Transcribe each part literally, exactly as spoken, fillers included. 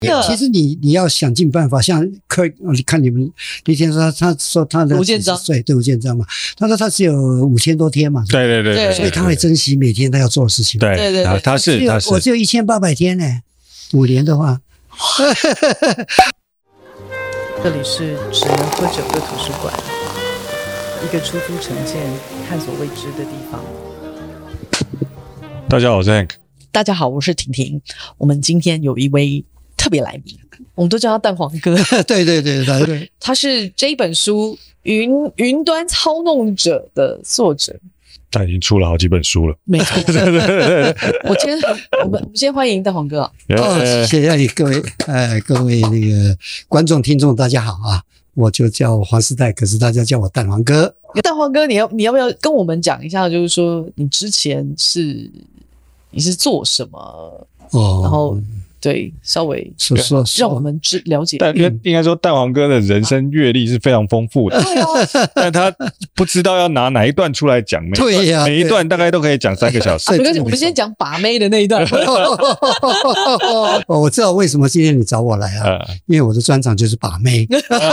其实你你要想尽办法，像柯，你看你们那天说他说他的吴建章， 对对吴建章嘛，他说他只有五千多天嘛， 对对 对, 对, 对， 所以他会珍惜每天他要做的事情。 对对对， 他是他是， 我只有一千八百天呢，五年的话。 这里是只能喝酒的图书馆，一个出租成见、探索未知的地方。 大家好，我是 Hank。 大家好，我是婷婷。我们今天有一位特别来宾，我们都叫他蛋黄哥。 对对对对对， 他是这一本书《云云端操弄者》的作者。 他已经出了好几本书了， 没错。我今天我们我们先欢迎蛋黄哥。 哦，谢谢各位，呃，各位那个观众听众，大家好啊！我就叫黄世代，可是大家叫我蛋黄哥。 蛋黄哥，你要你要不要跟我们讲一下，就是说你之前是你是做什么？ 哦， 然后对，稍微说说让我们知了解。 但应该说，蛋黄哥的人生阅历是非常丰富的，但他不知道要拿哪一段出来讲。 对呀， 每一段大概都可以讲三个小时。 没关系，我们先讲把妹的那一段。 我知道为什么今天你找我来啊，因为我的专长就是把妹。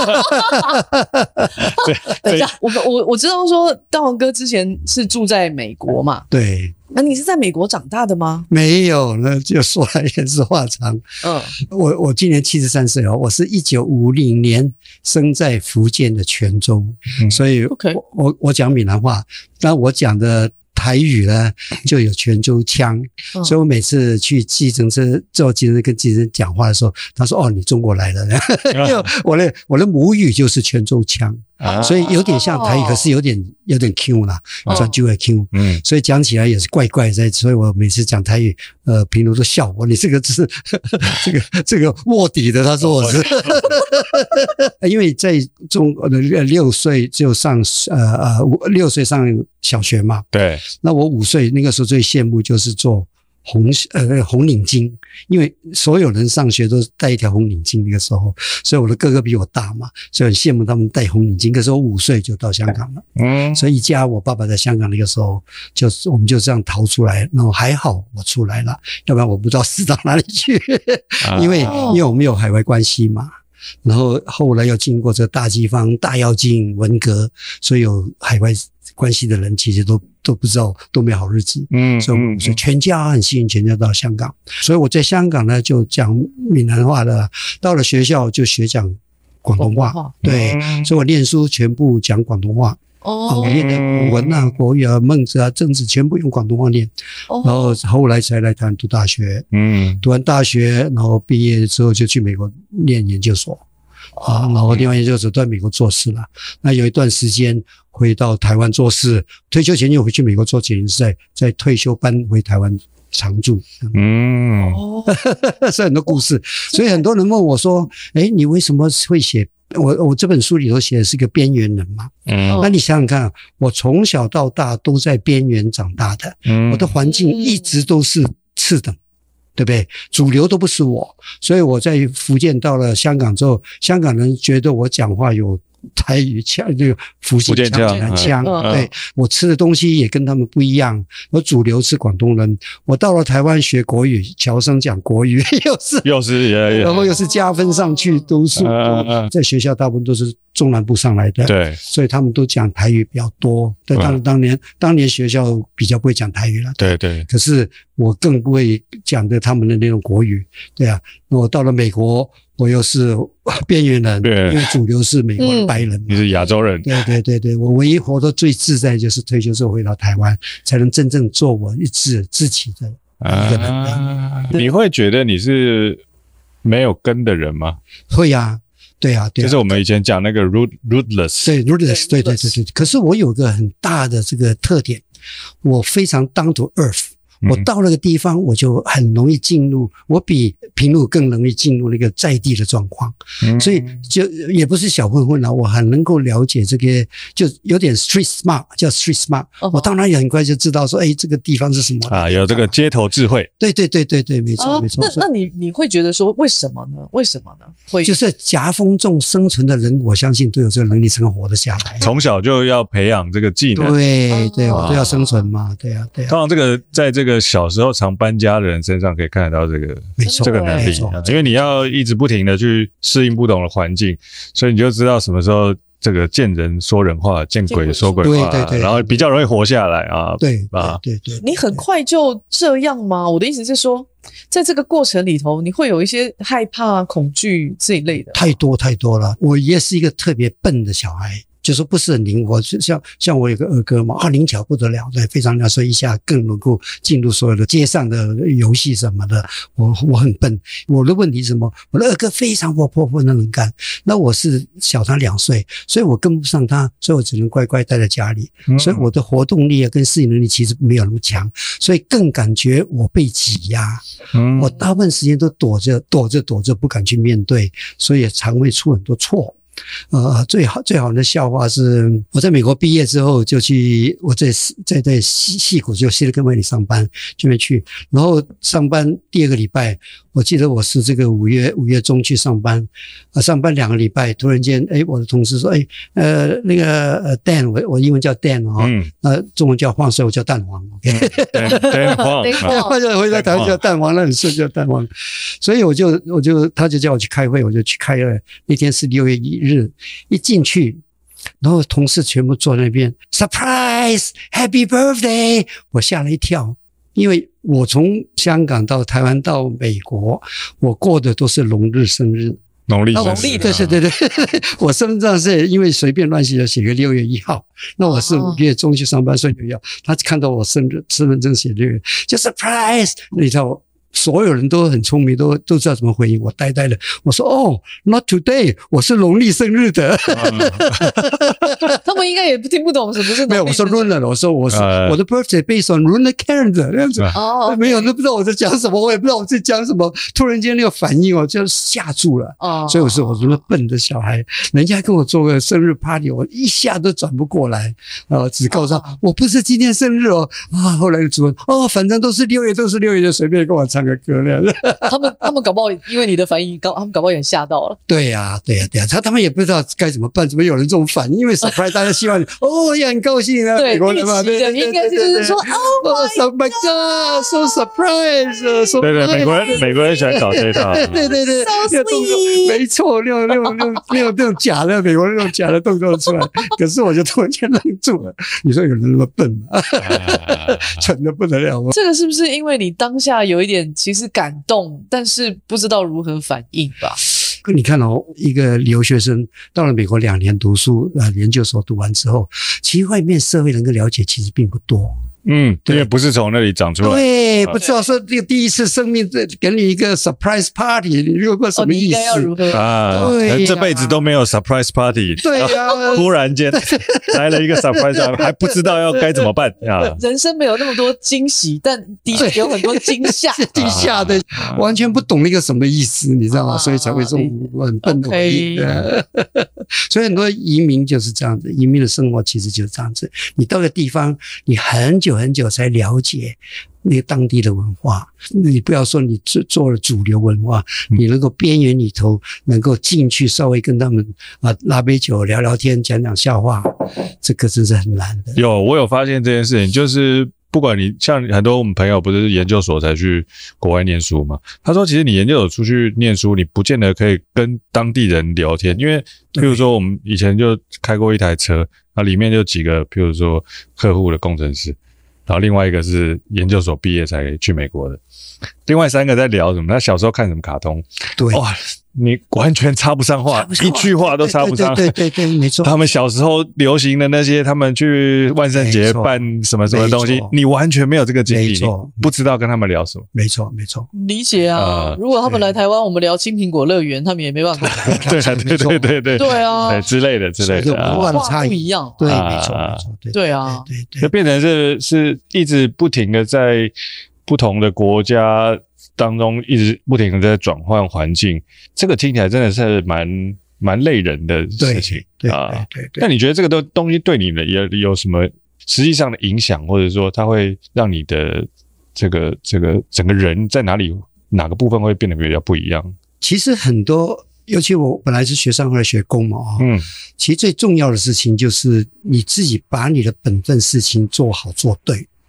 等一下，我我我知道说蛋黄哥之前是住在美国嘛？ 对。 那你是在美国长大的吗？ 没有，那就说来也是话长。嗯，我我今年七十三岁哦，我是一九五零年生在福建的泉州，嗯、所以我、okay. 我我讲闽南话，那我讲的台语呢就有泉州腔，嗯、所以我每次去计程车坐计程车跟计程车讲话的时候，他说：“哦，你中国来的。”因为我的我的母语就是泉州腔。啊、所以有点像台语，可是有点有点 Q 啦，转就会 Q， 嗯，所以讲起来也是怪怪的。所以我每次讲台语，呃，平如都笑我，你这个是这个这个卧底的，他说我是，因为在中国的六岁就上呃呃六岁上小学嘛， 对， 那我五岁那个时候最羡慕就是做红呃红领巾，因为所有人上学都戴一条红领巾，那个时候，所以我的哥哥比我大嘛，所以很羡慕他们戴红领巾。可是我五岁就到香港了，嗯，所以一家我爸爸在香港那个时候，就是我们就这样逃出来，然后还好我出来了，要不然我不知道死到哪里去，因为因为我们有海外关系嘛。然后后来又经过这大饥荒、大跃进、文革，所以有海外关系的人其实都都不知道，都没好日子。嗯，所以所以全家很幸运，全家到香港。所以我在香港呢就讲闽南话的，到了学校就学讲广东话。话对、嗯，所以我念书全部讲广东话。哦，我念的古文啊、国语啊、孟子啊、政治全部用广东话念，哦、然后后来才来台湾读大学。嗯，读完大学，然后毕业之后就去美国念研究所。啊，然后念完研究所在美国做事了。那有一段时间回到台湾做事，退休前又回去美国做检验赛，在退休搬回台湾常住。嗯，哦，是很多故事。所以很多人问我说：“哎，你为什么会写？”我我这本书里头写的是个边缘人嘛。嗯，那你想想看，我从小到大都在边缘长大的，嗯，我的环境一直都是次等。对不对？主流都不是我，所以我在福建到了香港之后，香港人觉得我讲话有台语腔，这个福建腔腔，嗯、对、嗯、我吃的东西也跟他们不一样。我主流是广东人，我到了台湾学国语，侨生讲国语，又是又是， 然后又是加分上去读书，嗯嗯、在学校大部分都是中南部上来的， 对， 所以他们都讲台语比较多。但当当年当年学校比较不会讲台语了， 对对。 可是我更不会讲的他们的那种国语，对啊。那我到了美国，我又是边缘人，因为主流是美国的白人嘛、 嗯，你是亚洲人， 对对对对。我唯一活得最自在就是退休之后回到台湾，才能真正做我一自自己的一个人、啊。 你会觉得你是没有根的人吗？ 会啊。对啊，对啊， 就是我们以前讲那个 root rootless， 对 rootless， 对对对对。可是我有个很大的这个特点，我非常 down to earth。我到那个地方，我就很容易进入，我比平路更容易进入那个在地的状况，嗯、所以就也不是小混混了，我很能够了解这个，就有点 street smart， 叫 street smart、哦。我到那里很快就知道说，哎，这个地方是什么啊？有这个街头智慧。 对对对对对，没错、啊、没错。 那那你你会觉得说，为什么呢？为什么呢？会就是夹缝中生存的人，我相信都有这个能力，才能活得下来。 从小就要培养这个技能。 对对，我都要生存嘛，对啊对啊。 当然，这个在这个个小时候常搬家的人身上可以看得到这个没错这个能力没错， 因为你要一直不停的去适应不同的环境，所以你就知道什么时候这个见人说人话，见鬼说鬼话， 对对对， 然后比较容易活下来啊。 对啊， 对对对， 你很快就这样吗？我的意思是说，在这个过程里头，你会有一些害怕、恐惧这一类的。 太多太多了。我也是一个特别笨的小孩。就是不是很灵活，像像我有个二哥嘛，啊，灵巧不得了，对，非常了，所以一下更能够进入所有的街上的游戏什么的。我我很笨，我的问题是什么？我的二哥非常活泼，非常能干，那我是小他两岁，所以我跟不上他，所以我只能乖乖待在家里。嗯、所以我的活动力啊跟适应能力其实没有那么强，所以更感觉我被挤压。嗯，我大部分时间都躲着躲着躲着，不敢去面对，所以常会出很多错。呃，最好最好的笑话是，我在美国毕业之后就去，我在在在西矽谷就 Silicon Valley 上班，这边去，然后上班第二个礼拜，我记得我是这个五月五月中去上班，啊，上班两个礼拜，突然间，哎，我的同事说，哎，呃，那个呃 Dan， 我我英文叫 Dan 哦，嗯，呃，中文叫黄，所以我叫蛋黄 ，OK， 蛋黄， 他就回来台湾叫蛋黄，那很顺叫蛋黄，所以我就我就他就叫我去开会，我就去开了，那天是六月一日。一进去，然后同事全部坐在那边 ，surprise happy birthday， 我吓了一跳，因为我从香港到台湾到美国，我过的都是农日生日， 农历生日，对对对对，我身份证是因为随便乱写写个六月一号，那我是五月中去上班，所以六月，他看到我生日身份证写六月，就 surprise， 那你知道我。所有人都很聪明，都都知道怎么回应。我呆呆的，我说：“哦 ，not today， 我是农历生日的。 他们应该也听不懂什么是农历生日。 没有，我说 lunar， 我说我是、呃、我的 birthday based on lunar calendar 这样子。哦，没有，都不知道我在讲什么，我也不知道我在讲什么。突然间那个反应，我就吓住了。哦，所以我说我这么笨的小孩，人家跟我做个生日 party， 我一下都转不过来。啊，只告诉他、哦、我不是今天生日哦。啊，后来就主任哦，反正都是六月，都是六月，就随便跟我唱。”歌那样他们他们搞不好因为你的反应高，他们搞不好也吓到了。 对呀、啊，对呀、啊，对呀、啊，他他们也不知道该怎么办，怎么有人这种反应？因为 surprise 大家希望哦也很高兴啊， 对， 美国人嘛，对对对， 应该就是说 Oh my God，so surprise，so 对对，美国人美国人喜欢搞这一套， 对对对，那动作没错，那种那种那种那种那种假的美国人那种假的动作出来，可是我就突然间愣住了。你说有人那么笨吗？蠢得不得了吗？ 这个是不是因为你当下有一点？其实感动，但是不知道如何反应吧。 你看哦，一个留学生到了美国两年读书啊，研究所读完之后，其实外面社会能够了解其实并不多。 嗯，因为不是从那里长出来， 对，不知道说这个第一次生命给你一个 surprise party， 你如果什么意思、哦、 你应该要如何啊？对，这辈子都没有 surprise party， 对呀、啊， 突然间来了一个 surprise， 还不知道要该怎么办啊？ 人生没有那么多惊喜，但的确有很多惊吓， 惊吓的完全不懂那个什么意思，你知道吗？所以才会这种很笨的回应。Okay. 所以很多移民就是这样子，移民的生活其实就是这样子。你到个地方，你很久很久才了解那个当地的文化，你不要说你做做了主流文化，你能够边缘里头能够进去稍微跟他们啊拉杯酒聊聊天讲讲笑话，这个真是很难的。 有，我有发现这件事情，就是不管你像很多我们朋友不是研究所才去国外念书嘛，他说其实你研究所出去念书，你不见得可以跟当地人聊天，因为譬如说我们以前就开过一台车，那里面就几个譬如说客户的工程师，然后另外一个是研究所毕业才去美国的，另外三个在聊什么？他小时候看什么卡通？ 对， 哇，你完全插不上话，一句话都插不上。 对对 对, 对, 对，没错。 他们小时候流行的那些，他们去万圣节办什么什么东西，你完全没有这个经历，你不知道跟他们聊什么。 没错，没错。 理解啊、呃，如果他们来台湾，我们聊青苹果乐园，他们也没办法。 对对对对对对啊， 对之类的之类的， 文化的差异不一样。 对，没错没错。对对啊， 对对， 就变成是是一直不停的在不同的国家当中一直不停的在转换环境，这个听起来真的是蛮蛮累人的事情。 对啊， 对对对。 那你觉得这个东东西对你的也有什么实际上的影响，或者说它会让你的这个这个整个人在哪里哪个部分会变得比较不一样？ 其实很多，尤其我本来是学商，后来学工嘛， 嗯， 其实最重要的事情就是你自己把你的本分事情做好做对。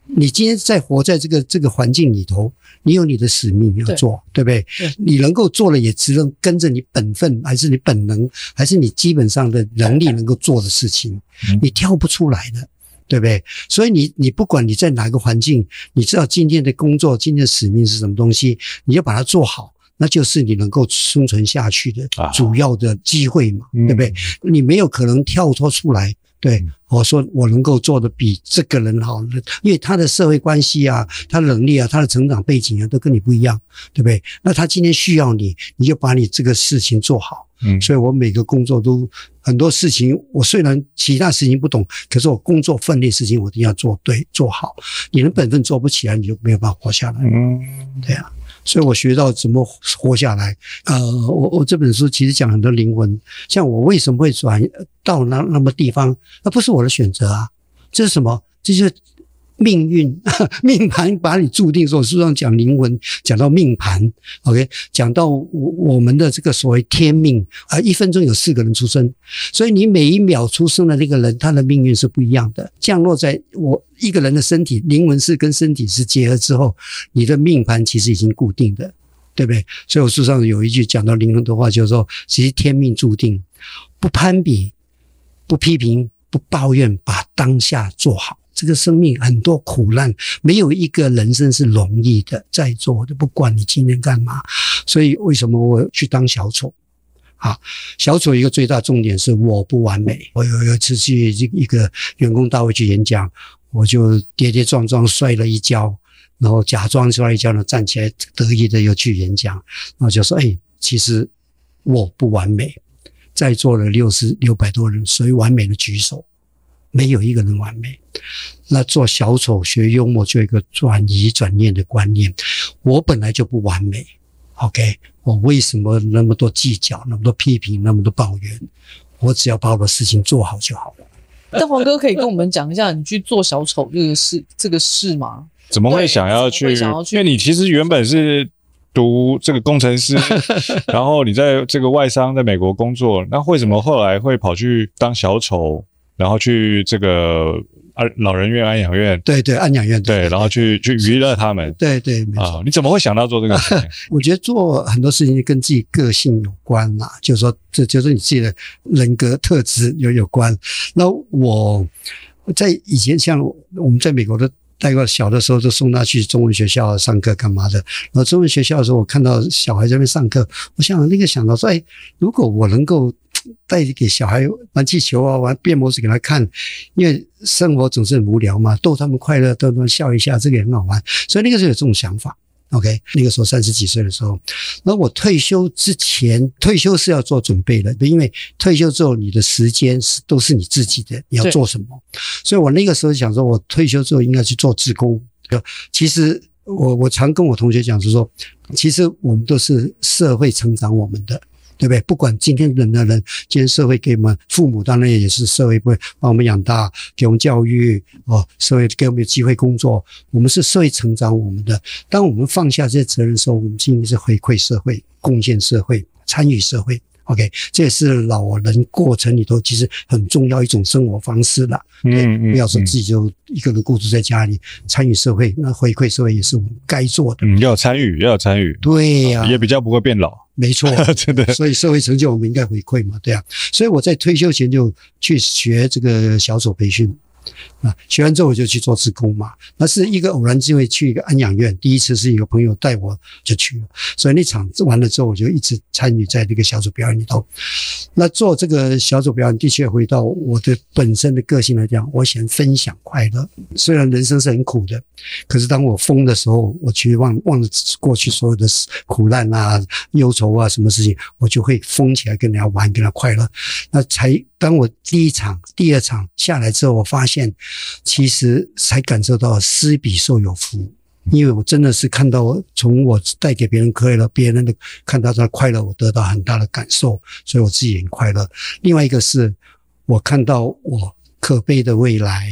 你今天在活在这个这个环境里头，你有你的使命要做， 对, 对不对？ 对， 你能够做了，也只能跟着你本分，还是你本能，还是你基本上的能力能够做的事情，你跳不出来的。对不对？所以你你不管你在哪个环境，你知道今天的工作、今天的使命是什么东西，你就把它做好，那就是你能够生存下去的主要的机会嘛，啊、对不对？你没有可能跳脱出来。对，我说我能够做的比这个人好，因为他的社会关系啊，他的能力啊，他的成长背景啊，都跟你不一样，对不对？那他今天需要你，你就把你这个事情做好。嗯，所以我每个工作都很多事情，我虽然其他事情不懂，可是我工作分内事情我一定要做对做好。你的本分做不起来，你就没有办法活下来。嗯，对啊。所以我学到怎么活下来。呃，我我这本书其实讲很多灵魂，像我为什么会转到那那么地方，那不是我的选择啊，这是什么？这就是命运命盘把你注定。说书上讲灵魂，讲到命盘 ，OK， 讲到我们的这个所谓天命啊、呃，一分钟有四个人出生，所以你每一秒出生的那个人，他的命运是不一样的。降落在我一个人的身体，灵魂是跟身体是结合之后，你的命盘其实已经固定的，对不对？所以我书上有一句讲到灵魂的话，就是说，其实天命注定，不攀比，不批评，不抱怨，把当下做好。这个生命很多苦难，没有一个人生是容易的，在座的不管你今天干嘛。所以为什么我去当小丑啊？小丑一个最大重点是我不完美。我有有一次去一个员工大会去演讲，我就跌跌撞撞摔了一跤，然后假装摔了一跤呢，站起来得意的又去演讲，然后就说：“哎，其实我不完美。”在座的六十六百多人，谁完美的举手？没有一个人完美。那做小丑学幽默就有一个转移转念的观念，我本来就不完美 OK， 我为什么那么多计较，那么多批评，那么多抱怨？我只要把我的事情做好就好了。 但黄哥可以跟我们讲一下你去做小丑这个事这个事吗？ 怎么会想要去？因为你其实原本是读这个工程师然后你在这个外商在美国工作，那为什么后来会跑去当小丑，然后去这个老人院、安养院？对对，安养院 对, 对，然后去去娱乐他们。 对对，没错、 啊。你怎么会想到做这个事情？ 我觉得做很多事情跟自己个性有关啦，就是说这就是你自己的人格特质有有关。那我在以前像我们在美国的带过，小的时候就送他去中文学校上课干嘛的。然后中文学校的时候，我看到小孩在那边上课，我想那个想到说，哎，如果我能够带给小孩玩气球啊，玩变魔术给他看，因为生活总是很无聊嘛，逗他们快乐，逗他们笑一下，这个也很好玩。所以那个时候有这种想法。OK， 那个时候三十几岁的时候，那我退休之前，退休是要做准备的，因为退休之后你的时间是都是你自己的，你要做什么？所以我那个时候想说，我退休之后应该去做志工。其实我我常跟我同学讲，就是说，其实我们都是社会成长我们的。对不对？不管今天人的人，今天社会给我们父母，当然也是社会会把我们养大，给我们教育哦，社会给我们机会工作，我们是社会成长我们的。当我们放下这些责任的时候，我们今天是回馈社会、贡献社会、参与社会。OK， 这也是老人过程里头其实很重要一种生活方式啦。嗯嗯，不要说自己就一个人孤独在家里，参与社会，那回馈社会也是我们该做的。 嗯，要参与，要参与。 对呀、啊， 也比较不会变老。 没错， 真的。 所以社会成就我们应该回馈嘛，对啊。所以我在退休前就去学这个小丑培训。啊，学完之后我就去做志工嘛，那是一个偶然机会去一个安养院，第一次是一个朋友带我就去了，所以那场完了之后我就一直参与在这个小丑表演里头。那做这个小丑表演的确回到我的本身的个性来讲，我想分享快乐。虽然人生是很苦的，可是当我疯的时候，我去忘忘了过去所有的苦难啊、忧愁啊什么事情，我就会疯起来跟人家玩，跟人家快乐。那才当我第一场、第二场下来之后，我发现其实才感受到施比受有福，因为我真的是看到从我带给别人快乐，别人的看到他的快乐，我得到很大的感受，所以我自己很快乐。另外一个是我看到我可悲的未来。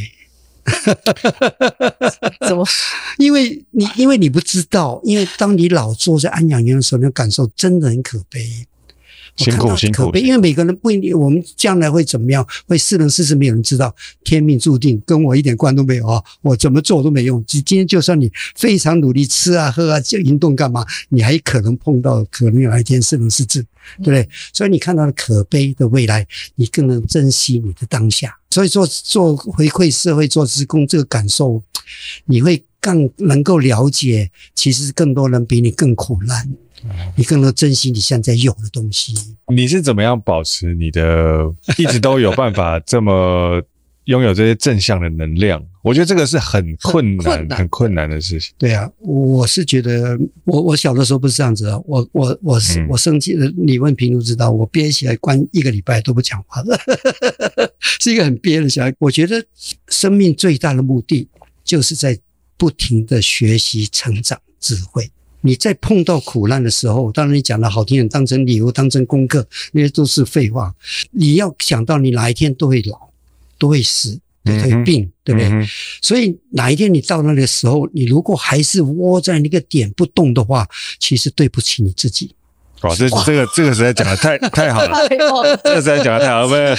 怎么？ 因为你因为你不知道，因为当你老坐在安养院的时候，你感受真的很可悲。 辛苦辛苦可悲，因为每个人不一定，我们将来会怎么样，会是人是事，没有人知道，天命注定，跟我一点关都没有啊！我怎么做都没用。今天就算你非常努力吃啊喝啊运动干嘛，你还可能碰到可能有一天是人是智，对不对？所以你看到了可悲的未来，你更能珍惜你的当下。所以做做回馈社会做志工这个感受，你会更能够了解，其实更多人比你更苦难。你更能珍惜你现在有的东西。 你是怎么样保持你的一直都有办法这么拥有这些正向的能量？我觉得这个是很困难、很困难, 很困难的事情。 对啊，我是觉得我我小的时候不是这样子啊，我我我是、嗯、我生气了，你问平如知道，我憋起来关一个礼拜都不讲话的，是一个很憋的小孩。我觉得生命最大的目的就是在不停的学习、成长、智慧。你在碰到苦难的时候，当然你讲的好听点，当成礼物，当成功课，那些都是废话。你要想到你哪一天都会老，都会死，都会病，嗯、对不对、嗯？所以哪一天你到那个时候，你如果还是窝在那个点不动的话，其实对不起你自己。 哇，这这个这个实在讲的太太好了，这个实在讲的太好了，不是？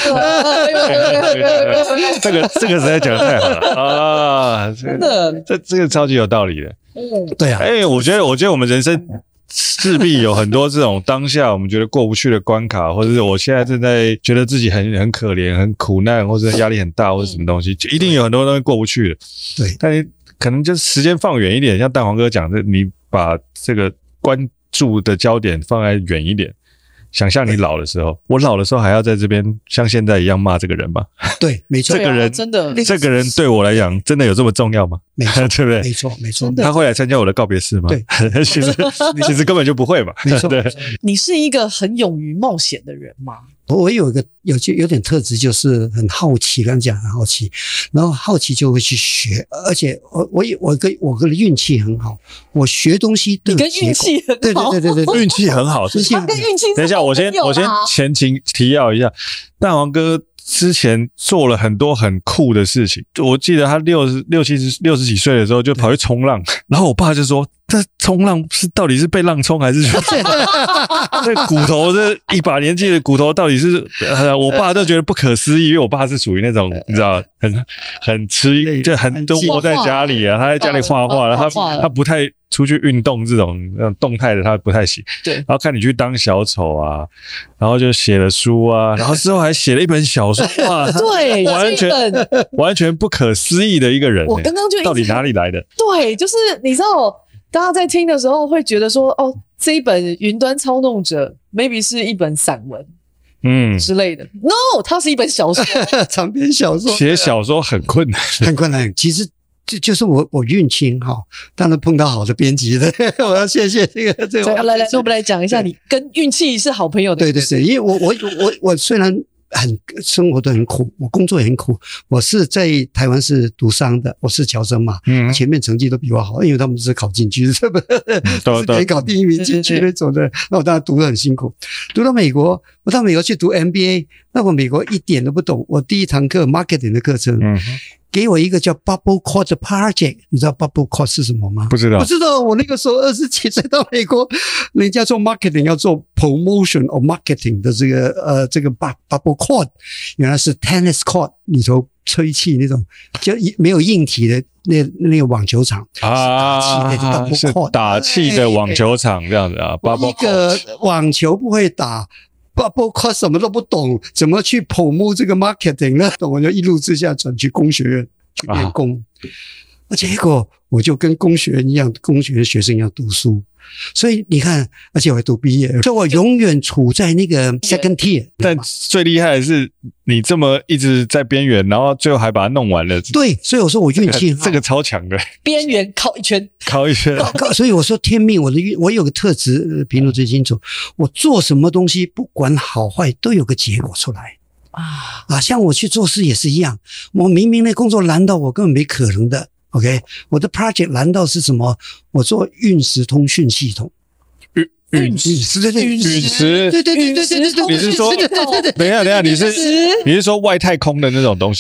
这个这个实在讲的太好了啊！真的，这这个超级有道理的。 嗯，对啊。 哎、欸，我觉得，我觉得我们人生势必有很多这种当下我们觉得过不去的关卡，或者是我现在正在觉得自己很很可怜、很苦难，或者压力很大，或者什么东西，就一定有很多东西过不去的。 对， 但是可能就是时间放远一点，像蛋黄哥讲的，你把这个关注的焦点放在远一点，想象你老的时候，我老的时候还要在这边像现在一样骂这个人吗？ 对，没错， 这个人、 啊、真的， 这个人对我来讲真的有这么重要吗？ 没错， 对不对？ 没错，没错。 他会来参加我的告别式吗？ 对， 其实其实根本就不会嘛。 没错， 对。 你是一个很勇于冒险的人吗？ 我有一个有有点特质，就是很好奇，刚才讲很好奇，然后好奇就会去学，而且我我我跟我跟运气很好，我学东西都有结果。 你跟运气很好， 对对对对对， 运气很好， 运气他跟运气。 等一下，我先我先前情提要一下，蛋黄哥之前做了很多很酷的事情，我记得他六十六七十六十几岁的时候就跑去冲浪，然后我爸就说：“这冲浪是到底是被浪冲还是这骨头这一把年纪的骨头到底是？”呃，我爸就觉得不可思议，因为我爸是属于那种你知道很很吃就很都窝在家里啊，他在家里画画，他他不太出去运动这种那种动态的他不太行。 对， 然后看你去当小丑啊，然后就写了书啊，然后之后还写了一本小说啊， 对， 完全完全不可思议的一个人、欸。 我刚刚就到底哪里来的？对， 就是你知道，大家在听的时候会觉得说，哦，这一本《云端操弄者》maybe 是一本散文。嗯之类的 ，no， 它是一本小说， 长篇小说。 写小说很困难， 很困难。其实就就是我我运气好，当然碰到好的编辑的，我要谢谢这个这个。 来来，那我们来讲一下，你跟运气是好朋友的。 对对对，因为我我我我虽然很生活都很苦，我工作也很苦。我是在台湾是读商的，我是侨生嘛，嗯，前面成绩都比我好，因为他们是考进去，是不是？都可以考第一名进去那种的。那我当然读得很辛苦。读到美国，我到美国去读 M B A， 那我美国一点都不懂。我第一堂课 marketing 的课程，嗯，给我一个叫 Bubble Quad Project， 你知道 Bubble Quad 是什么吗？ 不知道， 不知道。我那个时候二十几岁到美国，人家做 marketing 要做 promotion of marketing 的这个呃这个 Bubble Quad， 原来是 tennis court 里头吹气那种，就没有硬体的那那个网球场啊，是打气的网球场这样子啊。 一个网球不会打。Bubble Quad 什么都不懂，怎么去 promote 这个 marketing 呢？我就一路之下转去工学院去练功，啊、结果我就跟工学院一样，工学院学生一样读书。所以你看，而且我还读毕业，所以我永远处在那个 second tier。 但最厉害的是，你这么一直在边缘，然后最后还把它弄完了。 对，所以我说我运气好， 这个超强的。 边缘靠一圈， 靠一圈。 所以我说天命，我的运，我有个特质，评论最清楚。我做什么东西，不管好坏，都有个结果出来。啊啊，像我去做事也是一样，我明明那工作难到我根本没可能的。OK， 我的 project 难道是什么？我做运时通讯系统， 运运时对对运时对对对对对对对， 你是说等一下等一下，你是你是说外太空的那种东西吗？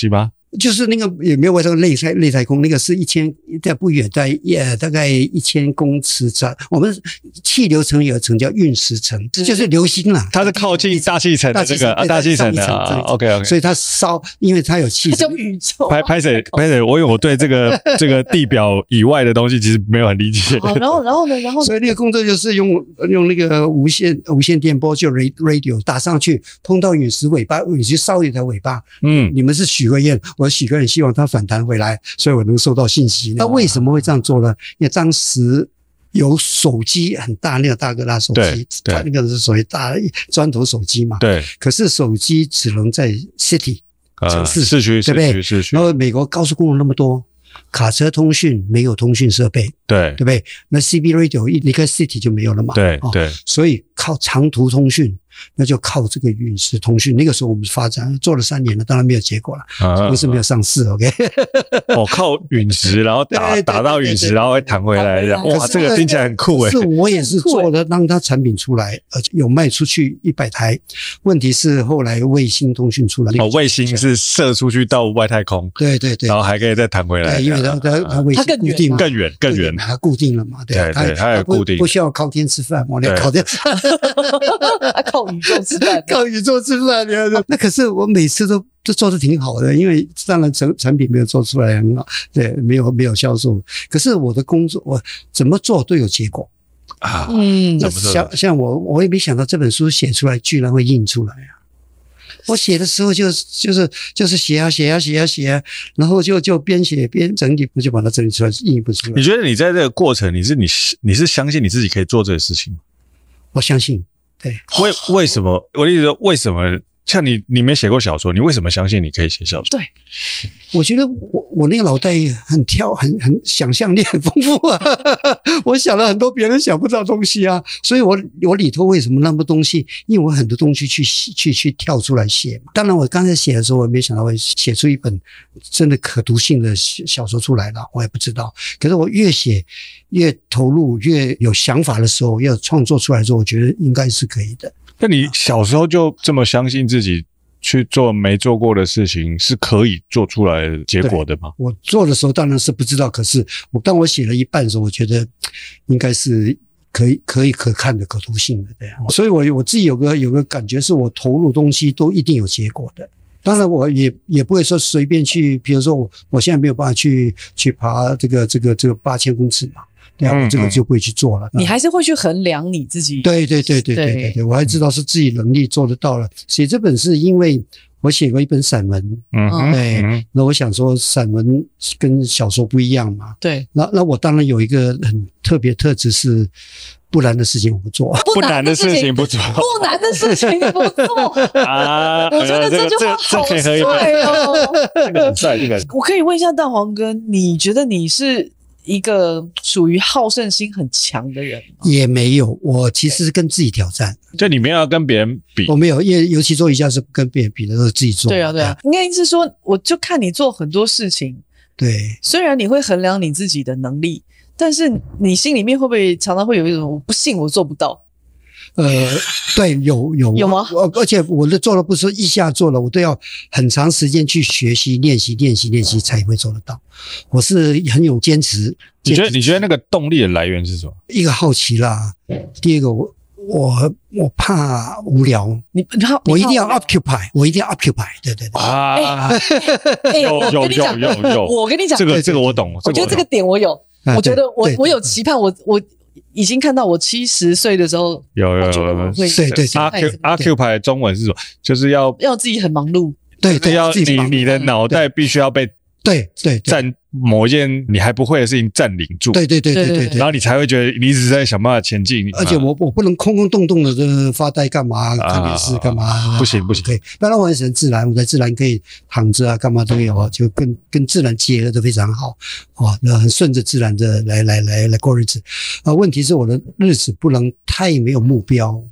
就是那个也没有外太空类太类太空，那个是一千在不远，在呃大概一千公尺长。我们气流层有一层叫陨石层，就是流星啦。 它是靠近大气层的这个大气层的啊。OK OK， 所以它烧，因为它有气层。 它叫宇宙。 拍拍谁拍谁，我因为我对这个这个地表以外的东西其实没有很理解。 好，然后然后呢，然后所以那个工作就是用用那个无线无线电波就 radio 打上去，碰到陨石尾巴，陨石烧一条尾巴。嗯，你们是许个愿。我许个人希望它反弹回来，所以我能收到信息。那为什么会这样做呢？因为当时有手机很大，那个大哥大手机，它那个是所谓大砖头手机嘛。对。可是手机只能在 city 城市、 市区， 对不对？ 市区。 然后美国高速公路那么多，卡车通讯没有通讯设备，对对不对？那 C B radio 一离开 city 就没有了嘛。对对、哦。所以靠长途通讯。那就靠这个陨石通讯，那个时候我们发展做了三年了，当然没有结果了，不、啊、是没有上市 ，OK？ 哦，靠陨石，然后打打到陨石，然后会弹回来，这样哇，这个听起来很酷诶。 是我也是做了，让它产品出来，而且有卖出去一百台。问题是后来卫星通讯出来， 哦，卫星是射出去到外太空， 对对对， 然后还可以再弹回来， 对，因为它它它卫星固定更远更远， 它固定了嘛，对对，它它有固定， 不需要靠天吃饭，我连靠天， 靠宇宙吃饭。 靠宇宙吃饭，那可是我每次都都做得挺好的，因为当然成产品没有做出来很好，对，没有没有销售。可是我的工作我怎么做都有结果啊。嗯，像像我我也没想到这本书写出来居然会印出来啊。我写的时候就就是就是写啊写啊写啊写啊，然后就就边写边整理，就把它整理出来印一本出来。 你觉得你在这个过程，你是你你是相信你自己可以做这个事情吗？ 我相信。对， 为为什么？我的意思说，为什么像你，你没写过小说，你为什么相信你可以写小说？ 对， 我觉得我我那个脑袋很跳，很很想象力很丰富啊，我想了很多别人想不到的东西啊，所以我我里头为什么那么多东西？因为我很多东西去去去跳出来写嘛。当然，我刚才写的时候，我没想到会写出一本真的可读性的小说出来了，我也不知道。可是我越写越投入，越有想法的时候，要创作出来的时候，我觉得应该是可以的。 那你小时候就这么相信自己去做没做过的事情是可以做出来结果的吗？ 我做的时候当然是不知道，可是我当我写了一半的时候，我觉得应该是可以可以可看的可读性的，对啊。所以我我自己有个有个感觉，是我投入东西都一定有结果的。当然我也也不会说随便去，比如说我我现在没有办法去去爬这个这个这个八千公尺嘛。对啊，我这个就不会去做了。 你还是会去衡量你自己。 对对对对对对对，我还知道是自己能力做得到了。写这本是因为我写过一本散文，嗯，对，那我想说散文跟小说不一样嘛。 对， 那那我当然有一个很特别特质是不难的事情我不做， 不难的事情不做， 不难的事情不做啊！我觉得这句话好帅哦， 这个很帅，这个。 我可以问一下大黄哥，你觉得你是一个属于好胜心很强的人吗？ 也没有，我其实是跟自己挑战。 就你没有要跟别人比？ 我没有，因为尤其做瑜伽是不跟别人比的，都是自己做。 对啊，对啊，应该是说，我就看你做很多事情。 对， 虽然你会衡量你自己的能力，但是你心里面会不会常常会有一种我不信我做不到？ 呃，对，有有有吗？ 我而且我的做的不是一下做了，我都要很长时间去学习、练习、练习、练习才会做得到。我是很有坚持。 你觉得你觉得那个动力的来源是什么？ 一个好奇啦，第二个我我我怕无聊， 你你怕我一定要 occupy， 我一定要 occupy， 对对对啊，有有有有有， 我跟你讲， 这个这个我懂， 我觉得这个点我有，我觉得我我有期盼，我我。已经看到我七十岁的时候， 有有有， 对对对 ，occupy 中文是什么？就是要要自己很忙碌， 对对， 要你你的脑袋必须要被对对占某一件你还不会的事情占领住， 对对对对对， 然后你才会觉得你一直在想办法前进。 而且我我不能空空洞洞的发呆干嘛，看电视干嘛？ 不行不行， 对，当然我很喜欢自然，我在自然可以躺着啊，干嘛都有啊，就跟跟自然结合的非常好啊，那很顺着自然的来来来来过日子啊。问题是我的日子不能太没有目标。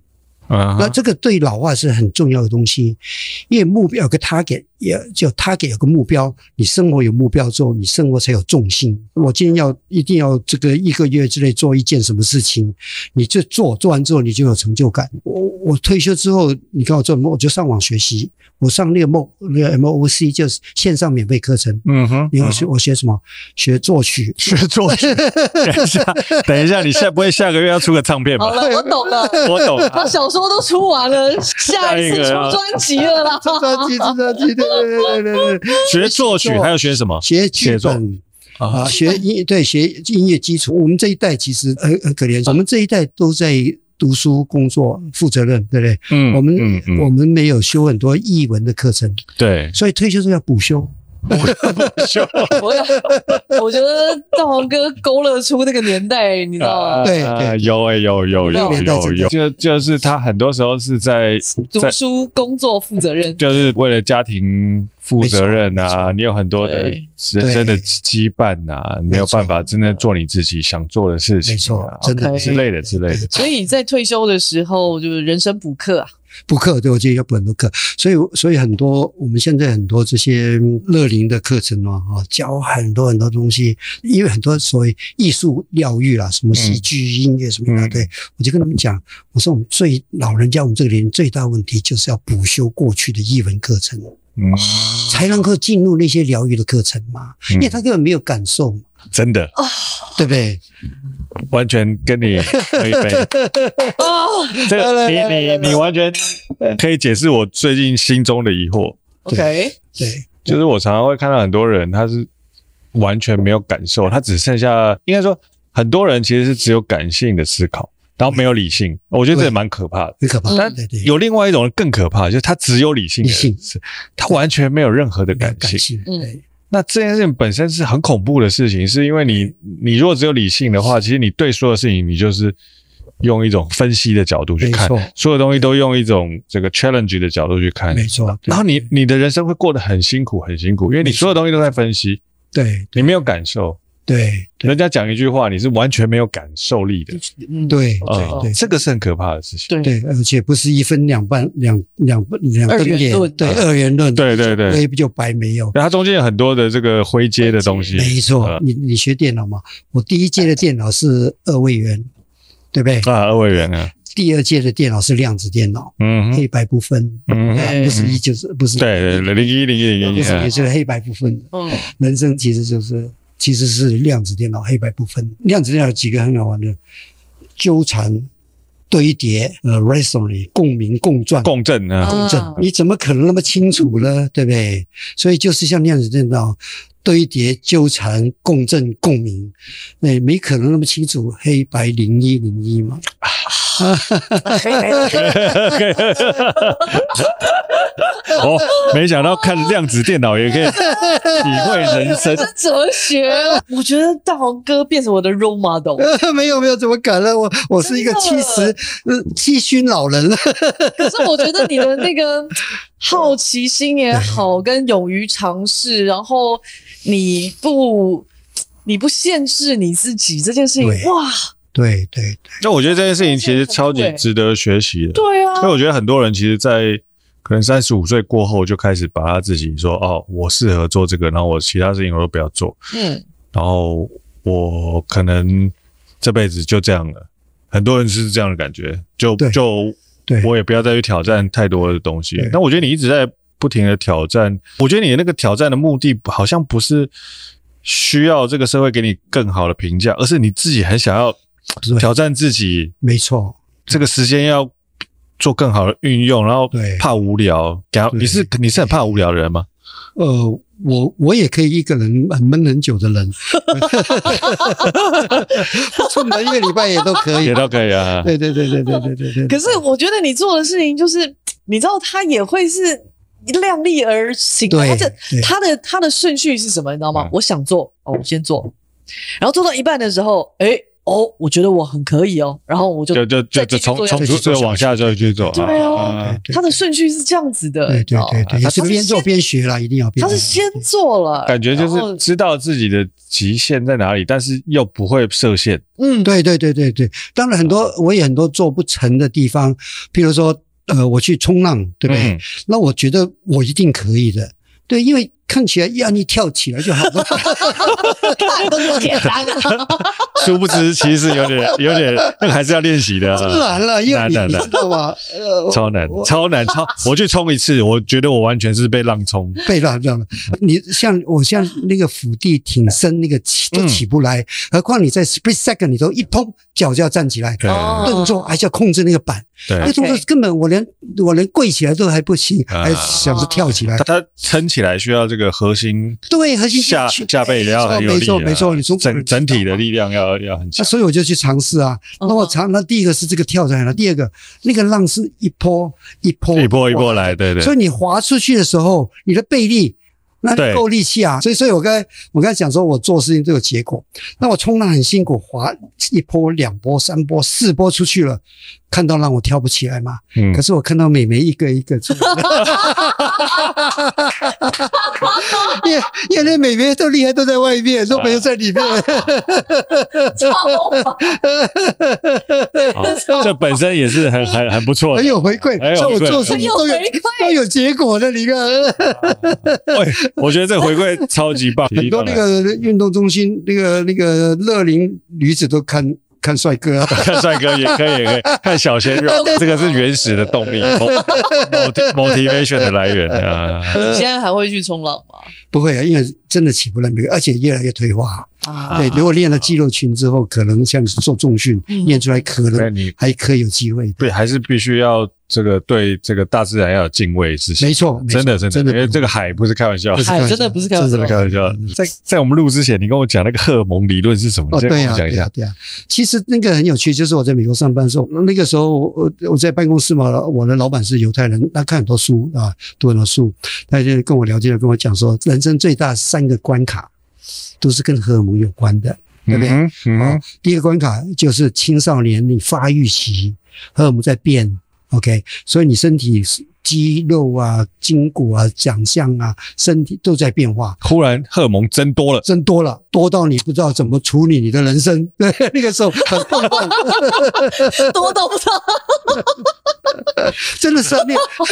Uh-huh. 那这个对老化是很重要的东西，因为目标有个 target， 也就 target 有个目标，你生活有目标之后，你生活才有重心。我今天要一定要这个一个月之内做一件什么事情，你就做，做完之后你就有成就感。我我退休之后，你看我做什么，我就上网学习，我上那个 M O 那个 M O C 就是线上免费课程。 嗯哼， 你看我学我学什么？学作曲， 学作曲。等一下，等一下，你下不会下个月要出个唱片吧？ 好了，我懂了， 我懂了。 他小说都出完了，下一次出专辑了啦。 出专辑，出专辑，对对对对对。 学作曲还有学什么？ 学剧本啊，学音对学音乐基础。我们这一代其实很很可怜，我们这一代都在读书、工作、负责任，对不对？ 嗯， 我们、 嗯嗯、 我们没有修很多艺文的课程， 对， 所以退休之后要补修。 我我觉得大黄哥勾勒出那个年代，你知道吗？ 对对，有诶、欸，有有有有有，就就是他很多时候是在读书、工作、负责任， 就是为了家庭负责任啊。你有很多的人生的羁绊啊，没有办法真的做你自己想做的事情、啊， 没错，真的之类的之类的。 所以在退休的时候，就是人生补课啊。 补课，对，我记得要补很多课，所以所以很多我们现在很多这些乐龄的课程啊，教很多很多东西，因为很多所谓艺术疗愈啦，什么戏剧、音乐什么的，嗯、对，我就跟他们讲，我说我们最老人家我们这个年龄最大问题就是要补修过去的艺文课程，嗯，才能够进入那些疗愈的课程嘛，嗯、因为他根本没有感受嘛， 真的， 对不对？ 完全跟你可以背这个你你你完全可以解释我最近心中的疑惑。 OK， 对， 就是我常常会看到很多人，他是完全没有感受，他只剩下，应该说很多人其实是只有感性的思考，然后没有理性。我觉得这也蛮可怕的， 很可怕。 但有另外一种人更可怕，就是他只有理性的， 理性， 他完全没有任何的感性。嗯。那这件事情本身是很恐怖的事情，是因为你你如果只有理性的话，其实你对所有事情你就是用一种分析的角度去看，所有东西都用一种这个 challenge 的角度去看， 没错。 然后你你的人生会过得很辛苦，很辛苦，因为你所有东西都在分析， 对， 你没有感受。 对， 人家讲一句话，你是完全没有感受力的。 对， 呃、对，这个是很可怕的事情。 对，而且不是一分两半两两两二元论， 对，二元论， 对对对， 黑不就白没有。 它中间有很多的这个灰阶的东西。 没错，呃、你你学电脑嘛？我第一届的电脑是二位元，对不对？ 啊，二位元啊。 第二届的电脑是量子电脑， 嗯， 黑白不分，嗯，不是一就是不是， 对对，零一零一零一， 不是也是黑白不分的。嗯，人生其实就是。其实是量子电脑黑白不分，量子电脑有几个很好玩的纠缠、堆叠、呃 resonate 共鸣、共转、 共振啊， 共振，你怎么可能那么清楚呢？对不对？所以就是像量子电脑堆叠、纠缠、共振、共鸣，那没可能那么清楚黑白零一零一嘛。 哦，没想到看量子电脑也可以体会人生。 是哲学，我觉得大黄哥变成我的 role model。 没有没有，怎么可能？我我是一个七十七旬老人了。 可是我觉得你的那个好奇心也好，跟勇于尝试，然后你不你不限制你自己这件事情，哇！ 对对对， 那我觉得这件事情其实超级值得学习的。 对啊， 因为我觉得很多人其实在可能三十五岁过后就开始把他自己说，哦，我适合做这个，然后我其他事情我都不要做。嗯，然后我可能这辈子就这样了。很多人是这样的感觉，就就我也不要再去挑战太多的东西。但我觉得你一直在不停的挑战，我觉得你的那个挑战的目的好像不是需要这个社会给你更好的评价，而是你自己很想要挑战自己， 没错， 这个时间要做更好的运用，然后怕无聊。你是你是很怕无聊的人吗？ 呃，我我也可以一个人很闷很久的人，出门一个礼拜也都可以， 也都可以啊。 对对对对对对对对。 可是我觉得你做的事情就是，你知道，他也会是量力而行。 对， 他的他的他的顺序是什么？你知道吗？嗯、我想做，哦，我先做，然后做到一半的时候，哎。 哦，我觉得我很可以哦，然后我就就就就就从从就往下就去做。 对啊， 对对他的顺序是这样子的。 对对对对， 哦也是边做边学啦，一定要边。 他是先做了， 感觉就是知道自己的极限在哪里，但是又不会设限。 嗯， 对对对对对，当然很多我也很多做不成的地方，譬如说呃，我去冲浪，对不对？ 嗯、 那我觉得我一定可以的，对，因为看起来让你跳起来就好了， 看都是简单的。 殊不知其实有点有点那个还是要练习的、啊， 当然了，因为你你知道吗？ 呃，超难超难超，我去冲一次，我觉得我完全是被浪冲， 被浪这样的。你像我像那个俯地挺身那个起都起不来，嗯、何况你在 split second 你都一碰脚就要站起来，动作还是要控制那个板， 对， 那动作根本我连我连跪起来都还不行，啊、还想着跳起来。 它撑起来需要这个核心， 对，核心下下背要很有力、啊， 没错没错，你说整整体的力量要要很强。 所以我就去尝试啊。那我尝，那第一个是这个跳上来了，第二个那个浪是一波一波一波一波来，对对。 所以你滑出去的时候，你的背力那够力气啊。所以所以我刚才我刚才讲说我做事情都有结果。那我冲浪很辛苦，滑一波两波三波四波出去了，看到浪我跳不起来嘛。嗯。可是我看到美眉一个一个出来。因为因为那美眉都厉害，都在外面，都没有在里面。 这本身也是很很很不错的， 很有回馈，所以我做事情都有都有结果的。你看， 喂，我觉得这个回馈超级棒。 很多那个运动中心，那个那个乐龄女子都看。看帅哥啊， 看帅哥也可以，也可以看小鲜肉，这个是原始的动力 ，motivation 的来源啊。 你现在还会去冲浪吗？ 不会啊，因为真的起不来，而且越来越退化。啊，对，如果练了肌肉群之后，可能像你做重训，嗯、练出来可能还可以有机会。 对，还是必须要这个对这个大自然要有敬畏之心。 没错， 真的真的， 真的， 因为这个海不是开玩笑， 海真的不是开玩笑， 真的开玩笑。在在我们录之前，你跟我讲那个荷尔蒙理论是什么？ 哦，对啊，讲一下。 对啊，其实那个很有趣，就是我在美国上班的时候，那个时候我我在办公室嘛，我的老板是犹太人，他看很多书啊，读很多书，他就跟我聊天，跟我讲说，人生最大三个关卡都是跟荷尔蒙有关的。对不对？嗯嗯哦、第一个关卡就是青少年你发育期，荷尔蒙在变 ，OK， 所以你身体肌肉啊、筋骨啊、长相啊，身体都在变化。 忽然荷尔蒙增多了， 增多了，多到你不知道怎么处理你的人生。对，那个时候很痛苦， 多到不知道， 真的是那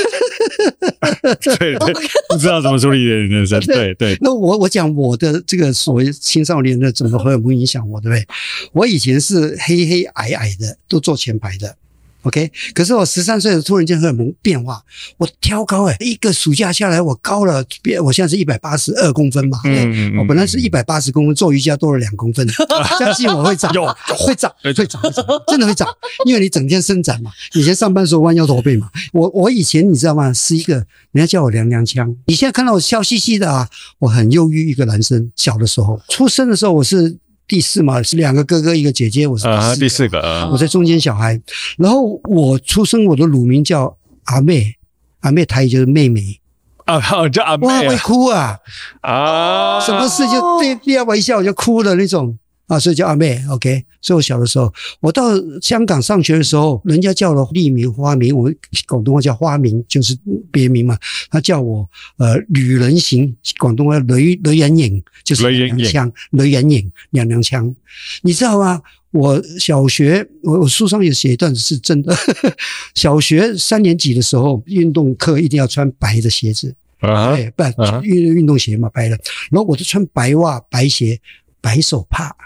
对对，不知道怎么处理你的人生。对对。 那我我讲我的这个所谓青少年的怎么荷尔蒙影响我，对不对？我以前是黑黑矮矮的，都坐前排的。OK， 可是我十三岁的突然间荷尔蒙变化，我挑高诶、欸，一个暑假下来我高了，我现在是一百八十二公分嘛，嗯嗯嗯，我本来是一百八十公分，做瑜伽多了两公分，相信我会长，有会长，会长，会长，真的会长，因为你整天伸展嘛，以前上班的时候弯腰驼背嘛，我我以前你知道吗？是一个人家叫我娘娘腔，你现在看到我笑嘻嘻的啊，我很忧郁一个男生，小的时候出生的时候我是。第四嘛，是两个哥哥一个姐姐，我是第四个， 啊、第四个啊、 我在中间小孩。然后我出生，我的乳名叫阿妹，阿妹台语就是妹妹啊，叫阿妹、啊， 哇，会哭啊啊， 什么事就对对我一笑我就哭的那种啊，所以叫阿妹 ，OK。所以我小的时候，我到香港上学的时候，人家叫了丽名花名，我广东话叫花名，就是别名嘛。他叫我呃女人形，广东话雷雷人影，就是娘娘腔，雷人影娘娘腔，你知道吗？我小学，我我书上有写一段是真的。小学三年级的时候，运动课一定要穿白的鞋子，啊，对，不运运动鞋嘛，白的。然后我就穿白袜、白鞋、白手帕。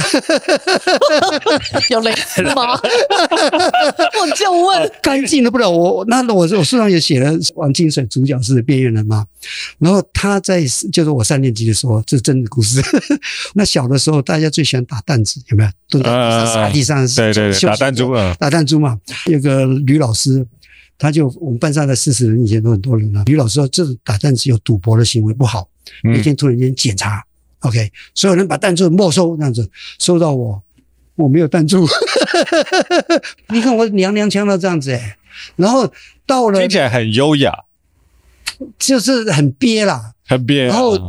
有蕾丝吗？我就问， 干净的不了。我那我我书上也写了，王金水主角是边缘人嘛。然后他在就是我三年级的时候，这是真的故事。那小的时候，大家最喜欢打弹子，有没有？蹲在地上撒地上， 对对对，打弹珠啊， 打弹珠嘛。有个女老师，他就我们班上的四十人，以前都很多人啊。女老师说，这打弹子有赌博的行为，不好。那天突然间检查。OK， 所有人把弹珠没收，这样子收到我，我没有弹珠。你看我娘娘腔到这样子哎，然后到了听起来很优雅， 就是很憋啦， 很憋。 然后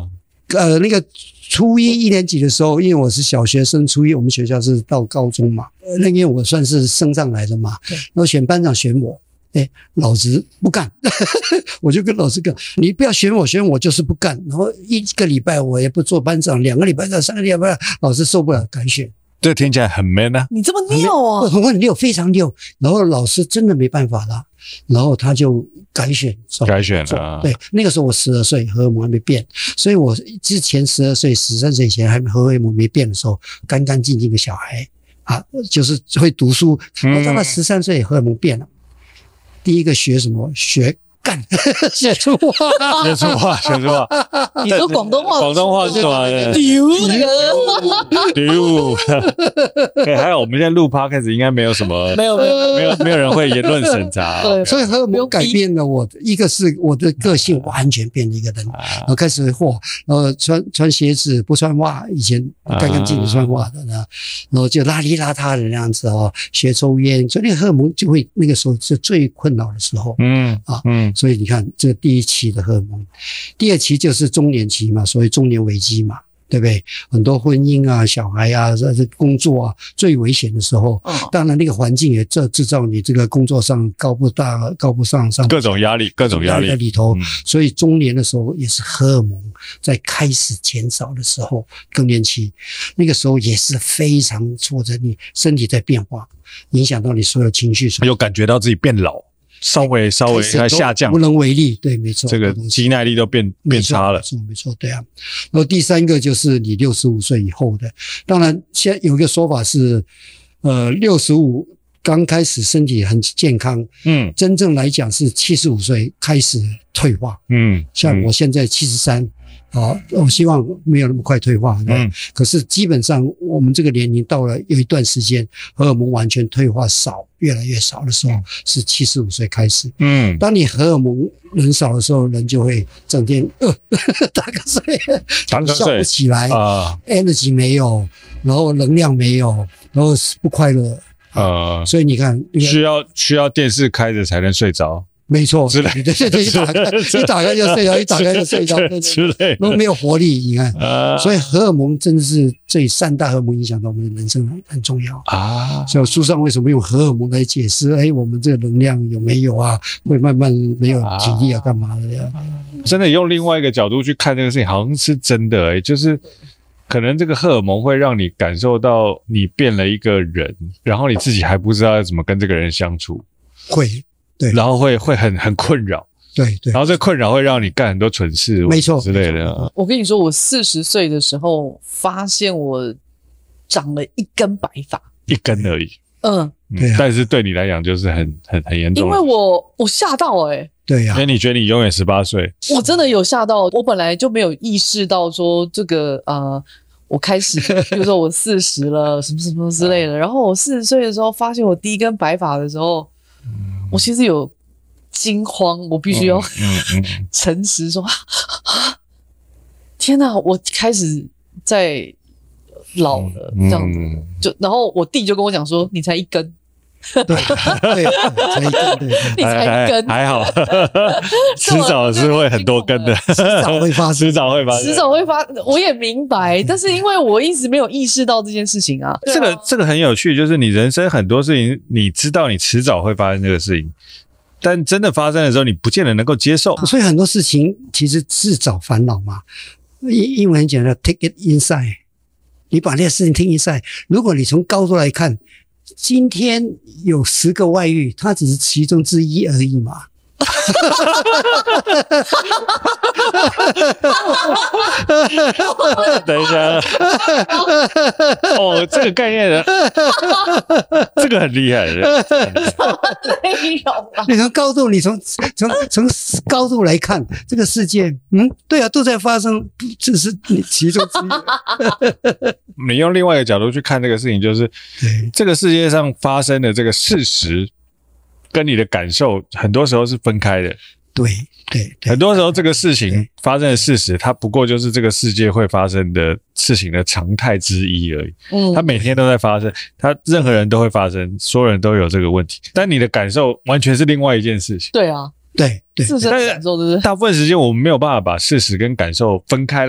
呃那个初一一年级的时候，因为我是小学生，初一我们学校是到高中嘛，呃那因为我算是升上来的嘛，然后选班长选我。哎，老子不干，我就跟老师讲，你不要选我，选我就是不干。然后一个礼拜我也不做班长，两个礼拜到三个礼拜，老师受不了，改选。 这听起来很 man 啊！ 你这么溜啊， 很很溜，非常溜。然后老师真的没办法了，然后他就改选， 改选了、啊。 对，那个时候我十二岁，荷尔蒙还没变，所以我之前十二岁、十三岁以前还荷尔蒙没变的时候，干干净净的小孩啊，就是会读书。我到了十三岁，荷尔蒙变了。第一个学什么？学干，学出话， 学出话，学出话。 你说广东话， 广东话是什么？ 丢那个丢。对，还有我们现在录 podcast 应该没有什么， 没有没有没有没有人会言论审查。 对， 所以荷尔蒙改变了我，一个是我的个性完全变了一个人，然后开始货，然后穿穿鞋子不穿袜，以前干干净净穿袜的呢，然后就邋里邋遢的那样子哦，学抽烟，所以那个荷尔蒙就会那个时候是最困扰的时候。 嗯啊， 嗯， 所以你看，这第一期的荷尔蒙，第二期就是中年期嘛，所谓中年危机嘛，对不对？很多婚姻啊、小孩啊、这工作啊，最危险的时候，当然那个环境也制制造你这个工作上高不大、高不上上， 各种压力，各种压力在里头、 嗯， 所以中年的时候也是荷尔蒙在开始减少的时候，更年期那个时候也是非常挫折，你身体在变化，影响到你所有情绪， 有感觉到自己变老。稍微稍微还下降， 无能为力，对，没错， 这个肌耐力都变变差了， 没错，没错，对啊。然后第三个就是你六十五岁以后的，当然现在有一个说法是，呃，六十五刚开始身体很健康， 嗯， 真正来讲是七十五岁开始退化， 嗯， 像我现在七十三。好，我希望没有那么快退化。嗯，可是基本上我们这个年龄到了有一段时间，荷尔蒙完全退化少，越来越少的时候，是七十五岁开始。嗯，当你荷尔蒙人少的时候，人就会整天呃打瞌睡， 打瞌睡， 笑不起来啊 ，energy 没有，然后能量没有，然后不快乐。呃，所以你看， 需要需要电视开着才能睡着。 没错， 之类， 对对对，一打开一打开就睡着，一打开就睡着，对对之类， 都没有活力。你看，啊、所以荷尔蒙真的是这三大荷尔蒙影响到我们的人生很很重要啊。所以书上为什么用荷尔蒙来解释？哎，我们这个能量有没有啊？会慢慢没有体力啊，干嘛的呀？ 真的用另外一个角度去看这个事情，好像是真的哎、欸，就是可能这个荷尔蒙会让你感受到你变了一个人，然后你自己还不知道要怎么跟这个人相处。 会。对， 然后会会很很困扰， 对对， 然后这困扰会让你干很多蠢事， 没错之类的。 我跟你说，我四十岁的时候发现我长了一根白发， 一根而已。 嗯， 对、啊， 但是对你来讲就是很很很严重， 因为我我吓到哎、欸， 对呀、 啊，因为你觉得你永远十八岁， 我真的有吓到，我本来就没有意识到说这个呃。我开始，比如说我四十了，什么什么之类的。然后我四十岁的时候，发现我第一根白发的时候，我其实有惊慌，我必须要诚实说，啊，天哪！我开始在老了，这样子。就然后我弟就跟我讲说，你才一根。 对对，才一根，对， 你才一根， 还好，迟早是会很多根的， 迟早会发生， 迟早会发生， 迟早会发。我也明白，但是因为我一直没有意识到这件事情啊。 这个这个很有趣，就是你人生很多事情，你知道你迟早会发生这个事情，但真的发生的时候，你不见得能够接受。 所以很多事情其实自找烦恼嘛。英英文很简单 ，take it inside。你把那个事情 take inside， 如果你从高度来看。今天有十个外遇，他只是其中之一而已嘛。 等一下，哦，这个概念的，这个很厉害的。 内容啊！ 你从高度，你从从从高度来看这个世界，嗯，对啊，都在发生，这是其中之一。 你用另外一个角度去看这个事情，就是这个世界上发生的这个事实。跟你的感受很多时候是分开的， 对对对， 很多时候这个事情发生的事实，它不过就是这个世界会发生的事情的常态之一而已。嗯，它每天都在发生，它任何人都会发生，所有人都有这个问题，但你的感受完全是另外一件事情。 对啊， 对对， 事实的感受就是大部分时间我们没有办法把事实跟感受分开来。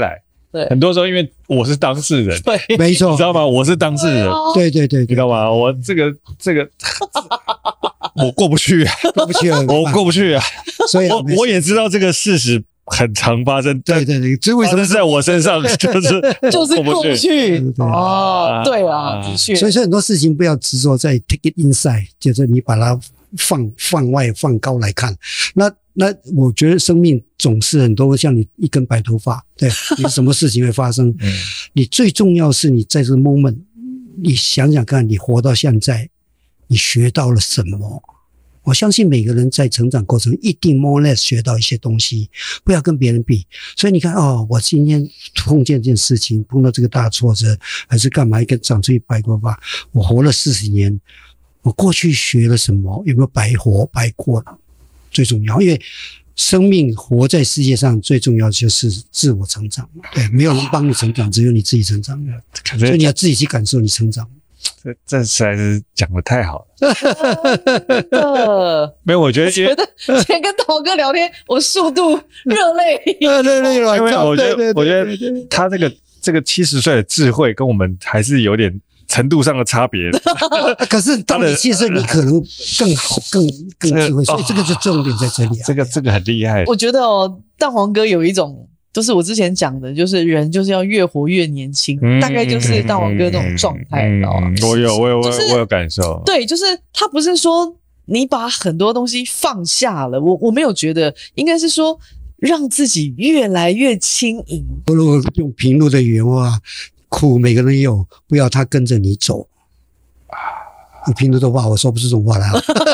对， 很多时候因为我是当事人， 对， 没错， 你知道吗？我是当事人， 对对对对， 你知道吗？我这个这个我过不去啊， 过不去了， 我过不去啊。 所以我我也知道这个事实很常发生， 对对对，这为什么在我身上就是就是过不去对哦，对啊，的确， 所以说很多事情不要执着在 take it inside， 就是你把它放放外放高来看。那那我觉得生命总是很多像你一根白头发，对，你什么事情会发生？ 嗯， 你最重要是你在这个 moment， 你想想看，你活到现在，你学到了什么？我相信每个人在成长过程一定 more or less 学到一些东西，不要跟别人比。所以你看，哦，我今天碰见这件事情，碰到这个大挫折，还是干嘛，一个长出一白头发，我活了四十年，我过去学了什么？有没有白活白过了？最重要，因为生命活在世界上最重要就是自我成长，对，没有人帮你成长，只有你自己成长，所以你要自己去感受你成长。 这这实在是讲得太好了。 呃， 没有，我觉得觉得今天跟涛哥聊天，我速度热泪。 对对对， 因为我觉得， 对对对我觉得他这个这个七十岁的智慧跟我们还是有点程度上的差别的。 可是当你七十岁，你可能更好、更更智慧，所以这个就重点在这里啊。 这个这个很厉害。 我觉得哦，蛋黄哥有一种，就是我之前讲的，就是人就是要越活越年轻， 嗯大概就是蛋黄哥那种状态，你知道吗？ 嗯我有，我有，我就是有，我有感受。 对，就是他不是说你把很多东西放下了，我我没有觉得，应该是说让自己越来越轻盈。 如果用平路的原话，苦每个人有，不要他跟着你走。你平路的话，我说不出这种话来。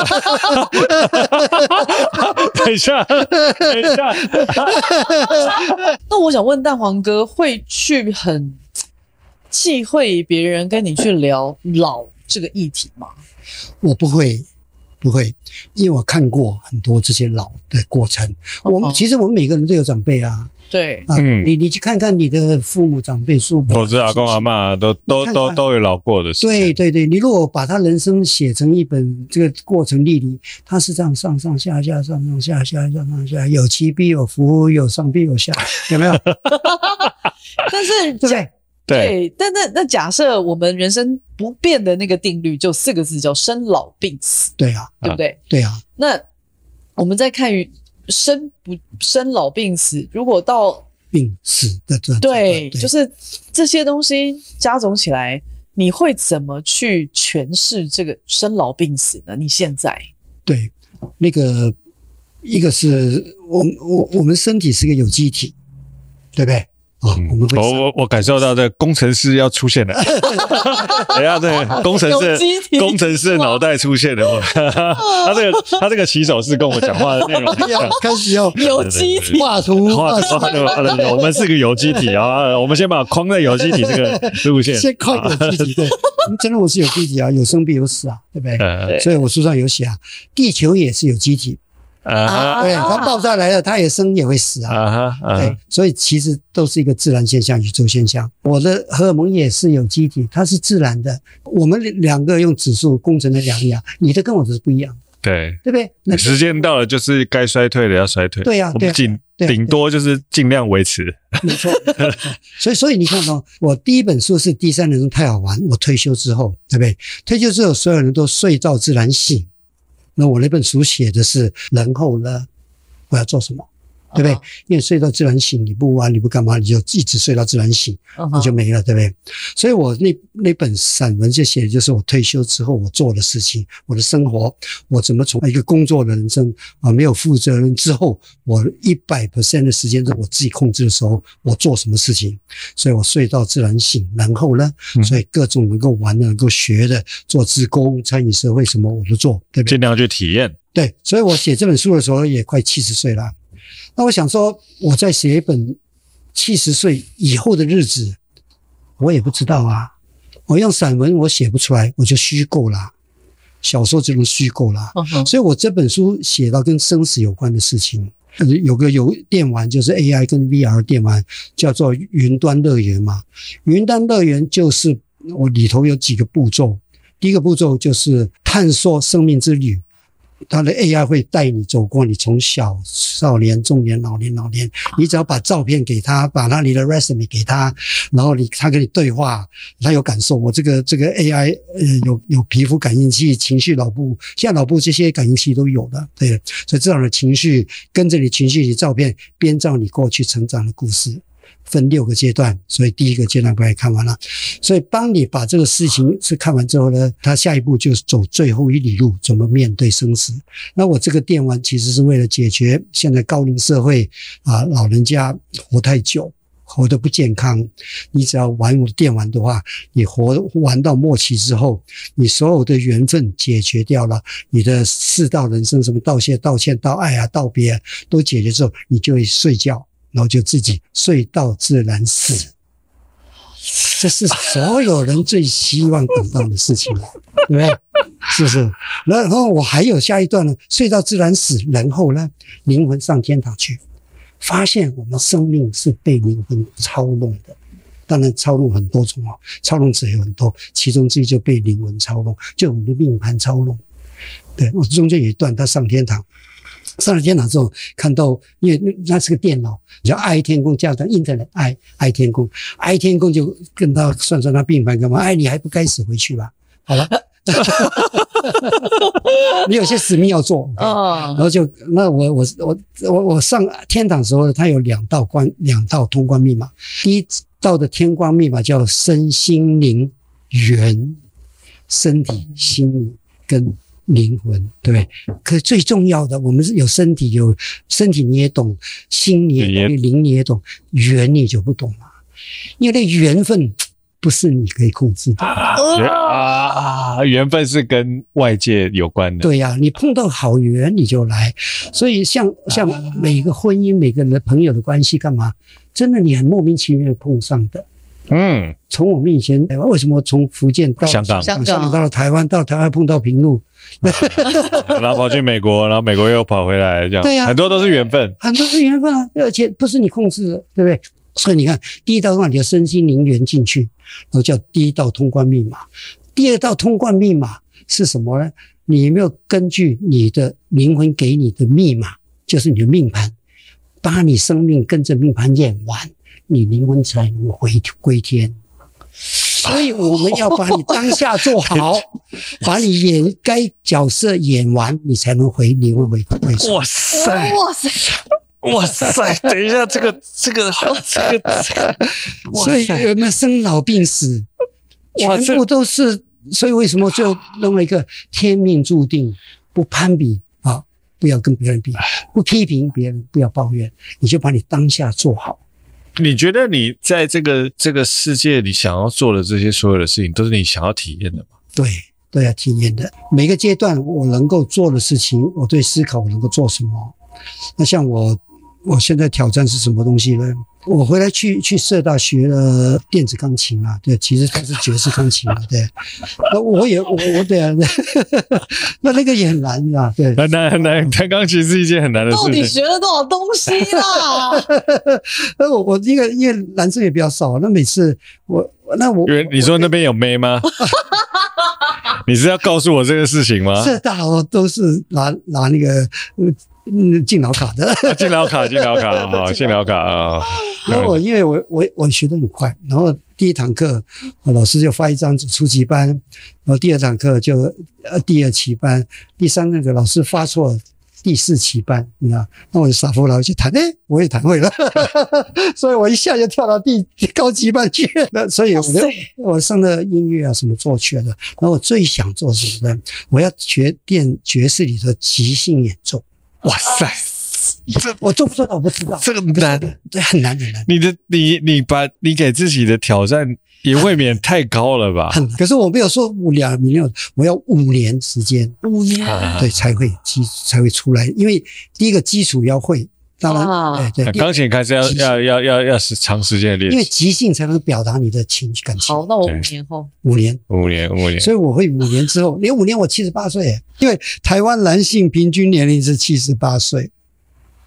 等一下，等一下。 那我想问蛋黄哥，会去很忌讳别人跟你去聊老这个议题吗？ 我不会，不会，因为我看过很多这些老的过程。我们其实我们每个人都有长辈啊。 对， 啊， 嗯你你去看看你的父母长辈、叔伯， 我知道阿公阿嬷都都都都有老过的事。 对对对，你如果把他人生写成一本这个过程历历，他是这样上上下下、上上下下、上上下，有起必有伏，有上必有下，有没有？ 但是对不对？ 对，但那那假设我们人生不变的那个定律，就四个字叫生老病死， 对啊， 对不对？ 对啊， 那我们再看于生不生老病死，如果到病死的这对，就是这些东西加总起来，你会怎么去诠释这个生老病死呢？你现在对那个一个是我我我们身体是个有机体，对不对？哦，我们会我我我感受到这工程师要出现了。等一下，这个工程师工程师的脑袋出现了。他这个他这个起手式跟我讲话的内容很像， 开始要有机体画图， 画画的。我们是个有机体啊，我们先把框在有机体这个路线。 先框有机体，对，真的我是有机体啊，有生必有死啊，对不对？ 呃所以我书上有写啊，地球也是有机体。 啊对，它爆炸来了，它也生也会死啊。 啊哈， 对，所以其实都是一个自然现象、宇宙现象。我的荷尔蒙也是有机体，它是自然的。我们两个用指数工程的两样，你的跟我的是不一样， 对， 对不对？那时间到了就是该衰退的要衰退。 对呀对呀我们顶对呀顶多就是尽量维持。 没错。没错所以，所以你看哦，我第一本书是《第三人生太好玩》，我退休之后，对不对？退休之后，所有人都睡到自然醒。那我那本书写的是，然后呢，我要做什么，对不对？因为睡到自然醒，你不玩，你不干嘛，你就一直睡到自然醒，你就没了，对不对？所以我那那本散文就写的就是我退休之后我做的事情，我的生活，我怎么从一个工作的人生啊，没有负责任之后，我一百 percent 的时间是我自己控制的时候，我做什么事情？所以我睡到自然醒，然后呢，所以各种能够玩的、能够学的，做志工、参与社会什么我都做，对不对？ 尽量去体验。 对，所以我写这本书的时候也快七十岁了。那我想说，我在写一本七十岁以后的日子，我也不知道啊。我用散文我写不出来，我就虚构啦。小说就能虚构啦。 嗯、 所以我这本书写到跟生死有关的事情。有个有电玩，就是 A I 跟 V R 电玩，叫做云端乐园嘛。云端乐园就是我里头有几个步骤。第一个步骤就是探索生命之旅。 它的 A I 会带你走过你从小、少年、中年、老年、老年，你只要把照片给他，把那里的 resume 给他，然后你他跟你对话，他有感受。我这个这个 A I 呃有有皮肤感应器、情绪脑部，现在脑部这些感应器都有的，对，所以这样的情绪跟着你情绪，你照片编造你过去成长的故事。分六个阶段，所以第一个阶段把你看完了，所以当你把这个事情是看完之后呢，他下一步就是走最后一里路，怎么面对生死。那我这个电玩其实是为了解决现在高龄社会啊，老人家活太久，活得不健康，你只要玩我的电玩的话，你活玩到末期之后，你所有的缘分解决掉了，你的四道人生，什么道谢、道歉、道爱啊、道别、啊、都解决之后，你就会睡觉。然后就自己睡到自然死，这是所有人最希望等到的事情，对不对？是不是？然后我还有下一段呢，睡到自然死，然后呢，灵魂上天堂去，发现我们生命是被灵魂操弄的。当然，操弄很多种哦，操弄者有很多，其中之一就被灵魂操弄，就我们的命盘操弄。对，我中间有一段，他上天堂。上了天堂之后，看到，因为那是个电脑，叫爱天宫加上 Internet 爱爱天宫，爱天宫就跟他算算他命盘干嘛？哎，你还不该死，回去吧。好了，你有些使命要做，哦，然后就那我我我我我上天堂的时候，他有两道关两道通关密码，第一道的天关密码叫身心灵元，身体、心理跟灵魂，对不对？可最重要的，我们是有身体，有身体你也懂，心你也懂，灵你也懂，缘你就不懂了，因为那缘分不是你可以控制的啊，缘分是跟外界有关的。 对呀，啊，你碰到好缘你就来，所以像像每个婚姻、每个人的朋友的关系，干嘛？真的你很莫名其妙碰上的。嗯，从我们以前为什么从福建到香港， 香港到了台湾，到台湾碰到平路。 然后跑去美国，然后美国又跑回来，这样对呀，啊，很多都是缘分， 很多是缘分啊，而且不是你控制的，对不对？所以你看，第一道让你的身心灵缘进去，然后叫第一道通关密码。第二道通关密码是什么呢？你有没有根据你的灵魂给你的密码，就是你的命盘，把你生命跟着命盘演完，你灵魂才能回归天。所以我们要把你当下做好，把你演该角色演完，你才能回灵魂回归。 哇塞！哇塞！哇塞！等一下，这个这个这个这个， 所以有没有生老病死，全部都是。所以为什么就弄了一个天命注定，不攀比啊，不要跟别人比，不批评别人，不要抱怨，你就把你当下做好。 你觉得你在这个这个世界里想要做的这些所有的事情，都是你想要体验的吗？ 对，都要体验的。每个阶段我能够做的事情，我对思考我能够做什么。那像我，我现在挑战是什么东西呢？我回来去去社大学了电子钢琴啊，对，其实它是爵士钢琴啊，对。那我也我我对啊，那那个也很难啊，对， 很难很难，弹钢琴是一件很难的事情。 到底学了多少东西啦？ 那我我因为因为男生也比较少，那每次我那我因为你说那边有妹吗？你是要告诉我这个事情吗？ 社大哦，都是拿拿那个嗯敬老卡的， 敬老卡敬老卡好，敬老卡啊。 然后我因为我我我学得很快，然后第一堂课老师就发一张纸初级班，然后第二堂课就呃第二期班，第三那个老师发错第四期班，你知道，那我就傻乎乎去弹，诶我也弹会了，所以我一下就跳到第高级班去。那所以我就我上的音乐啊什么作曲的，然后我最想做什么呢？我要学电爵士里的即兴演奏。 哇塞！ 这我做不做到我不知道， 这个难， 对，很难很难。 你的你你把你给自己的挑战也未免太高了吧？ 很，可是我没有说五两年，我要五年时间， 五年， 对，才会基才会出来。因为第一个基础要会，当然， 啊、 对对， 钢琴开始要要要要要是长时间的练习， 因为即兴才能表达你的情绪感情。 好，那我五年后， 五年， 五年，五年， 所以我会五年之后，连五年我七十八岁，因为台湾男性平均年龄是七十八岁。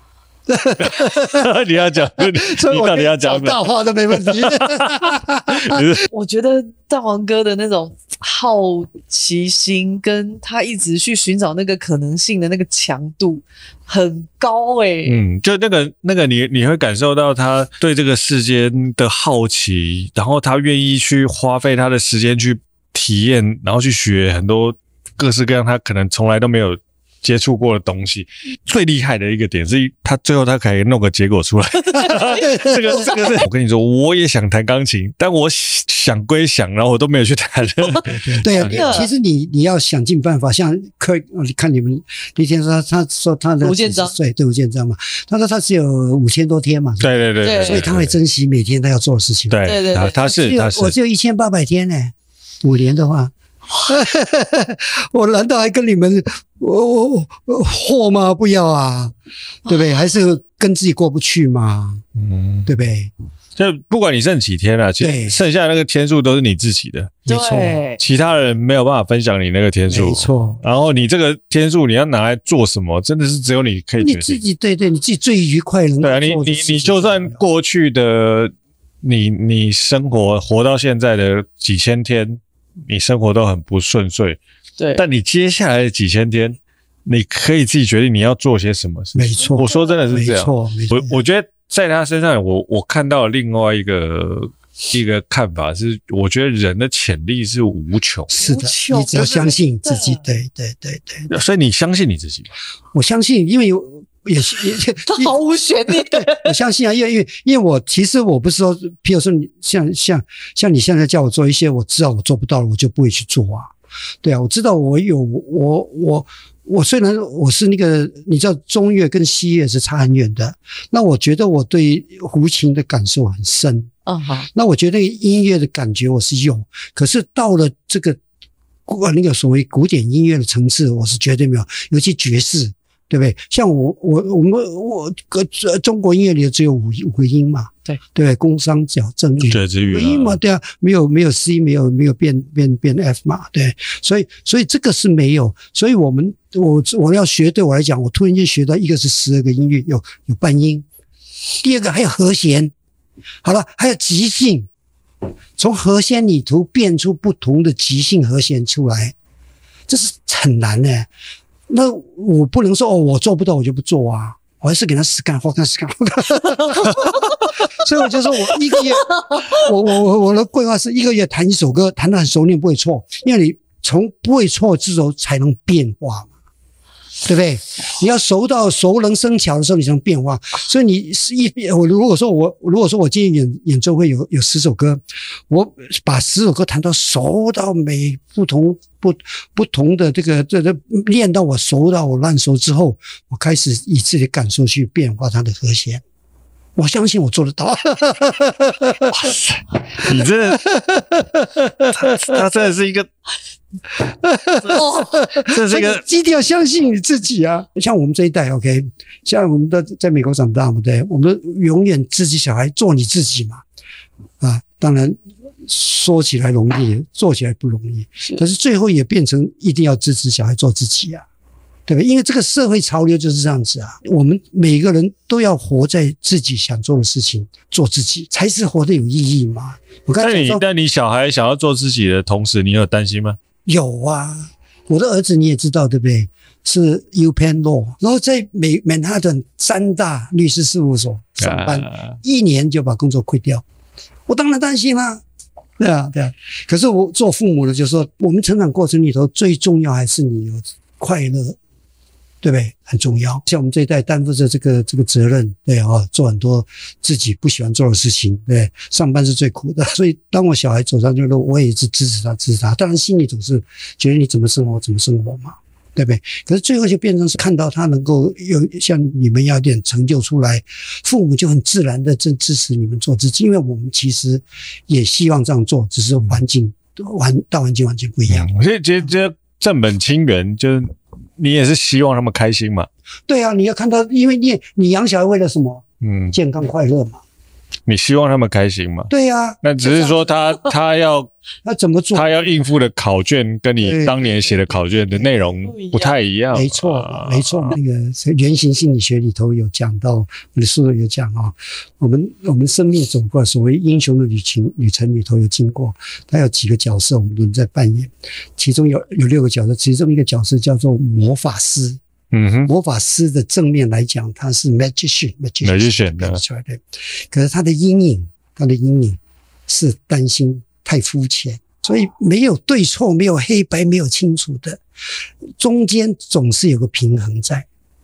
你要讲，你所以我到底要讲什么？ 大话都没问题。 我觉得大王哥的那种好奇心，跟他一直去寻找那个可能性的那个强度很高诶、欸。 嗯，就那个那个你你会感受到他对这个世间的好奇，然后他愿意去花费他的时间去体验，然后去学很多各式各样他可能从来都没有接触过的东西。最厉害的一个点是他最后他可以弄个结果出来。这个这个是我跟你说，我也想弹钢琴，但我想归想，然后我都没有去弹。 对啊，其实你你要想尽办法，像柯，你看你们那天说他他说他的吴建章， 对对吴建章嘛，他说他只有五千多天嘛， 对对 对, 对, 对， 所以他会珍惜每天他要做的事情。 对对对， 他他是他是， 我只有一千八百天呢、欸，五年的话。我难道还跟你们我我货吗？不要啊，对不对？还是跟自己过不去嘛，嗯，对不对？ 就不管你剩几天啊，其实剩下的那个天数都是你自己的， 没错， 其他人没有办法分享你那个天数， 没错。 然后你这个天数你要拿来做什么，真的是只有你可以决定。 你自己对对，你自己最愉快能对啊，你你你就算过去的你你生活活到现在的几千天。你生活都很不顺遂， 对， 但你接下来的几千天，你可以自己决定你要做些什么事情。 没错， 我说真的是这样。 没错，没错。 我我觉得在他身上，我我看到另外一个一个看法是，我觉得人的潜力是无穷。 是的，你只要相信自己，对对对对。 所以你相信你自己吗？ 我相信，因为有。也也他毫无悬念。 对，我相信啊，因为因为因为我其实我不是说，譬如说你像像像你现在叫我做一些我知道我做不到了，我就不会去做啊。对啊，我知道我有我我我虽然我是那个你知道中乐跟西乐是差很远的，那我觉得我对胡琴的感受很深。 嗯好， 那我觉得音乐的感觉我是有，可是到了这个那个所谓古典音乐的层次，我是绝对没有，尤其爵士。对不对？像我我我们我个中国音乐里只有五五个音嘛， 对对，工商角正韵爵之语音嘛，对啊，没有没有 C， 没有没有变变变 F 嘛，对，所以所以这个是没有，所以我们我我要学，对我来讲，我突然间学到一个是十二个音域，有有半音，第二个还有和弦，好了，还有即兴，从和弦里头变出不同的即兴和弦出来，这是很难的、欸。那我不能说哦，我做不到我就不做啊，我还是给他实干，活干实干。所以我就说我一个月，我我我我的规划是一个月弹一首歌，弹得很熟练不会错，因为你从不会错之后才能变化嘛，对不对？你要熟到熟能生巧的时候，你才能变化。所以你是一我如果说我如果说我今天演演奏会有有十首歌，我把十首歌弹到熟到每不同不不同的这个这个练到我熟到我烂熟之后，我开始以自己的感受去变化它的和弦。我相信我做得到。 哇塞，你真的，他他真的是一个。这是一个一定要相信你自己啊！像我们这一代 ，OK， 像我们的在美国长大嘛，对，我们永远自己小孩做你自己嘛，啊，当然说起来容易，做起来不容易，可是最后也变成一定要支持小孩做自己啊，对不对？因为这个社会潮流就是这样子啊，我们每个人都要活在自己想做的事情，做自己才是活得有意义嘛。我刚才但你但你小孩想要做自己的同时，你有担心吗？ 有啊，我的儿子你也知道对不对？是 U Penn Law， 然后在美曼哈顿三大律师事务所上班，啊、一年就把工作亏掉。我当然担心啦、啊，对啊，对啊。可是我做父母的就说，我们成长过程里头最重要还是你有快乐，对不对？很重要。像我们这一代担负着这个这个责任，对啊、哦，做很多自己不喜欢做的事情，对，上班是最苦的。所以当我小孩走上这个路，我也是支持他，支持他。当然心里总是觉得你怎么生活怎么生活嘛，对不对？可是最后就变成是看到他能够有像你们要有点成就出来，父母就很自然的正支持你们做自己，因为我们其实也希望这样做，只是环境环大环境完全不一样。 我觉得觉得正本清源，就是你也是希望他们开心嘛。 对啊，你要看到，因为你你养小孩为了什么？ 嗯， 健康快乐嘛。 你希望他们开心吗？ 对呀、啊， 那只是说他他要他怎么做？ 他要应付的考卷跟你当年写的考卷的内容不太一样。 没错， 啊、 没错。那个原型心理学里头有讲到，我的书中有讲哦，我们我们生命走过所谓英雄的旅程旅程里头有经过，它有几个角色我们都在扮演，其中有有六个角色，其中一个角色叫做魔法师。 嗯哼， 魔法师的正面来讲，他是 magician，magician 的，对。可是他的阴影，他的阴影是担心太肤浅，所以没有对错，没有黑白，没有清楚的，中间总是有个平衡在。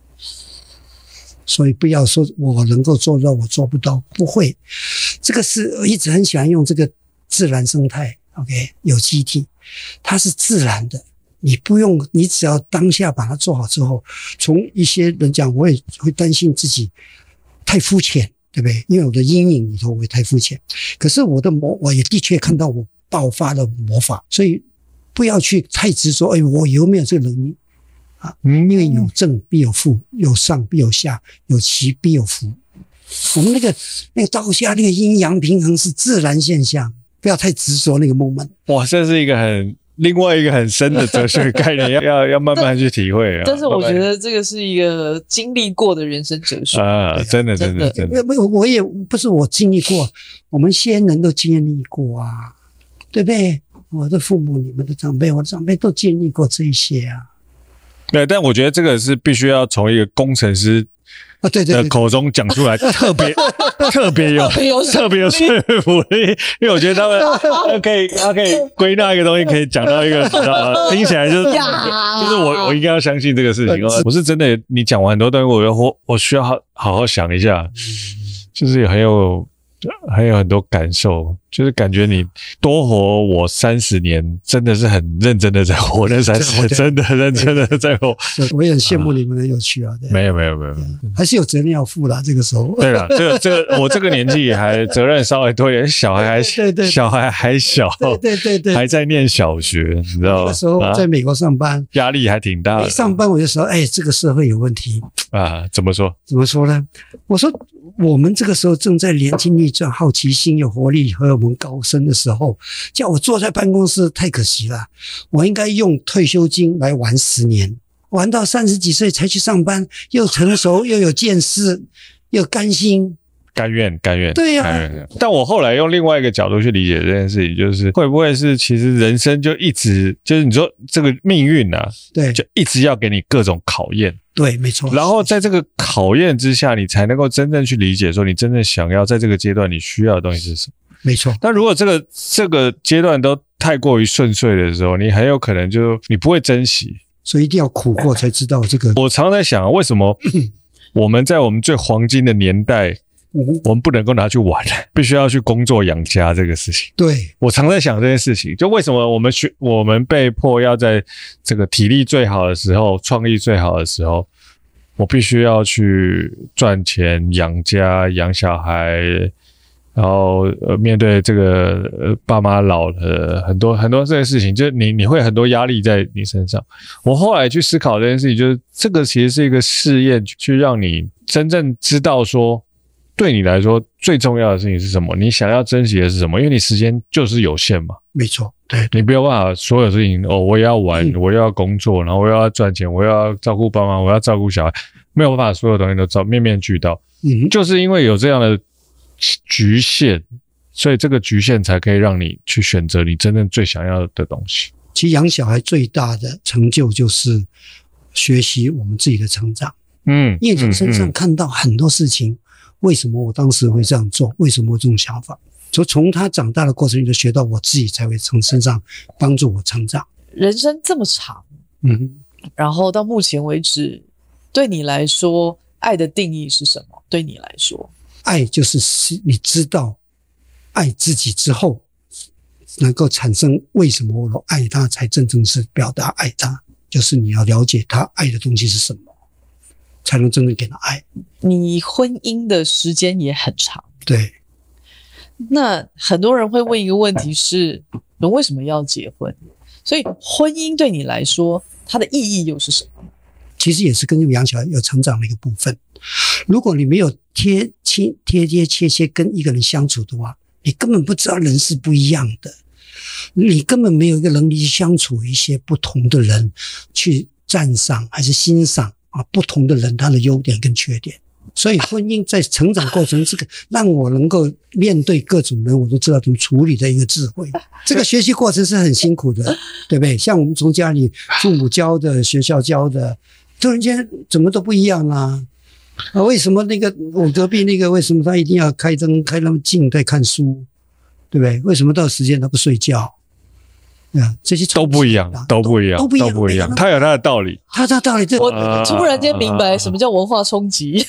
所以不要说我能够做到，我做不到，不会。这个是我一直很喜欢用这个自然生态 ，OK， 有机体，它是自然的。你不用，你只要当下把它做好之后，从一些人讲，我也会担心自己太肤浅，对不对？因为我的阴影里头我也太肤浅。可是我的魔，我也的确看到我爆发了魔法，所以不要去太执着。哎，我有没有这个能力啊？因为有正必有负，有上必有下，有起必有伏。我们那个那个当下那个阴阳平衡是自然现象，不要太执着那个 moment。 哇，这是一个很。另外一个很深的哲学概念，要要要慢慢去体会啊。 但是我觉得这个是一个经历过的人生哲学啊，真的真的真的。 没有，我也不是我经历过，我们先人都经历过啊，对不对？我的父母、你们的长辈、我的长辈都经历过这一些啊。 对，但我觉得这个是必须要从一个工程师。 啊，对对， 的口中讲出来，特别特别有特别有说服力，因为我觉得他们他可以他可以归纳一个东西，可以讲到一个听起来就是就是我我应该要相信这个事情。我是真的，你讲完很多东西，我我我需要好好好想一下，就是很有很有很多感受，就是感觉你多活我三十年，真的是很认真的在活那三十年，真的认真的在活。 我也很羡慕你们的有趣啊。对， 没有没有没有， 还是有责任要负啦。这个时候， 对了，这个这个我这个年纪还责任稍微多一点，小孩还对对， 小孩还小， 对对对对， 还在念小学，你知道吗？ 那时候在美国上班， 压力还挺大的。 一上班我就说，哎，这个社会有问题啊？怎么说？ 怎么说呢？我说。我们这个时候正在年轻力壮、好奇心有活力、荷尔蒙高升的时候，叫我坐在办公室太可惜了。我应该用退休金来玩十年，玩到三十几岁才去上班，又成熟又有见识，又甘心。 甘愿甘愿， 对呀、 啊。但我后来用另外一个角度去理解这件事情，就是会不会是其实人生就一直就是你说这个命运啊， 对， 就一直要给你各种考验。 对，没错。 然后在这个考验之下，你才能够真正去理解说你真正想要在这个阶段你需要的东西是什么。 没错。 但如果这个这个阶段都太过于顺遂的时候，你很有可能就你不会珍惜。 所以一定要苦过才知道这个。 我常在想，为什么我们在我们最黄金的年代，我们不能够拿去玩，必须要去工作养家这个事情。 对， 我常在想这件事情，就为什么我们学我们被迫要在这个体力最好的时候、创意最好的时候，我必须要去赚钱养家、养小孩，然后呃面对这个呃爸妈老了很多很多这些事情，就是你你会很多压力在你身上。我后来去思考这件事情，就是这个其实是一个试验，去让你真正知道说。对你来说最重要的事情是什么？你想要珍惜的是什么？因为你时间就是有限嘛。 没错，对， 你没有办法所有事情哦，我也要玩，嗯、我又要工作，然后我又要赚钱，我又要照顾爸妈，我要照顾小孩，没有办法所有东西都照面面俱到。嗯，就是因为有这样的局限，所以这个局限才可以让你去选择你真正最想要的东西。 其实养小孩最大的成就就是学习我们自己的成长。嗯，因为从身上看到很多事情。为什么我当时会这样做？为什么我这种想法？所以从他长大的过程里就学到我自己才会从身上帮助我成长。 人生这么长， 嗯， 然后到目前为止，对你来说，爱的定义是什么？对你来说， 爱就是你知道爱自己之后，能够产生为什么我爱他，才真正是表达爱他，就是你要了解他爱的东西是什么。才能真正给他爱。 你婚姻的时间也很长， 对。 那很多人会问一个问题是：人为什么要结婚？所以婚姻对你来说，它的意义又是什么？ 其实也是跟养小孩有成长的一个部分。 如果你没有贴贴贴贴切切跟一个人相处的话，你根本不知道人是不一样的，你根本没有一个能力去相处一些不同的人，去赞赏还是欣赏啊不同的人他的优点跟缺点。所以婚姻在成长过程这个让我能够面对各种人我都知道怎么处理的一个智慧。这个学习过程是很辛苦的，对不对？像我们从家里父母教的学校教的突然间怎么都不一样啊！啊，为什么那个我隔壁那个为什么他一定要开灯开那么近在看书，对不对？为什么到时间他不睡觉？啊，这些都不一样，都不一样， 都不一样， 都不一样。他有他的道理， 他他道理这我突然间明白什么叫文化冲击。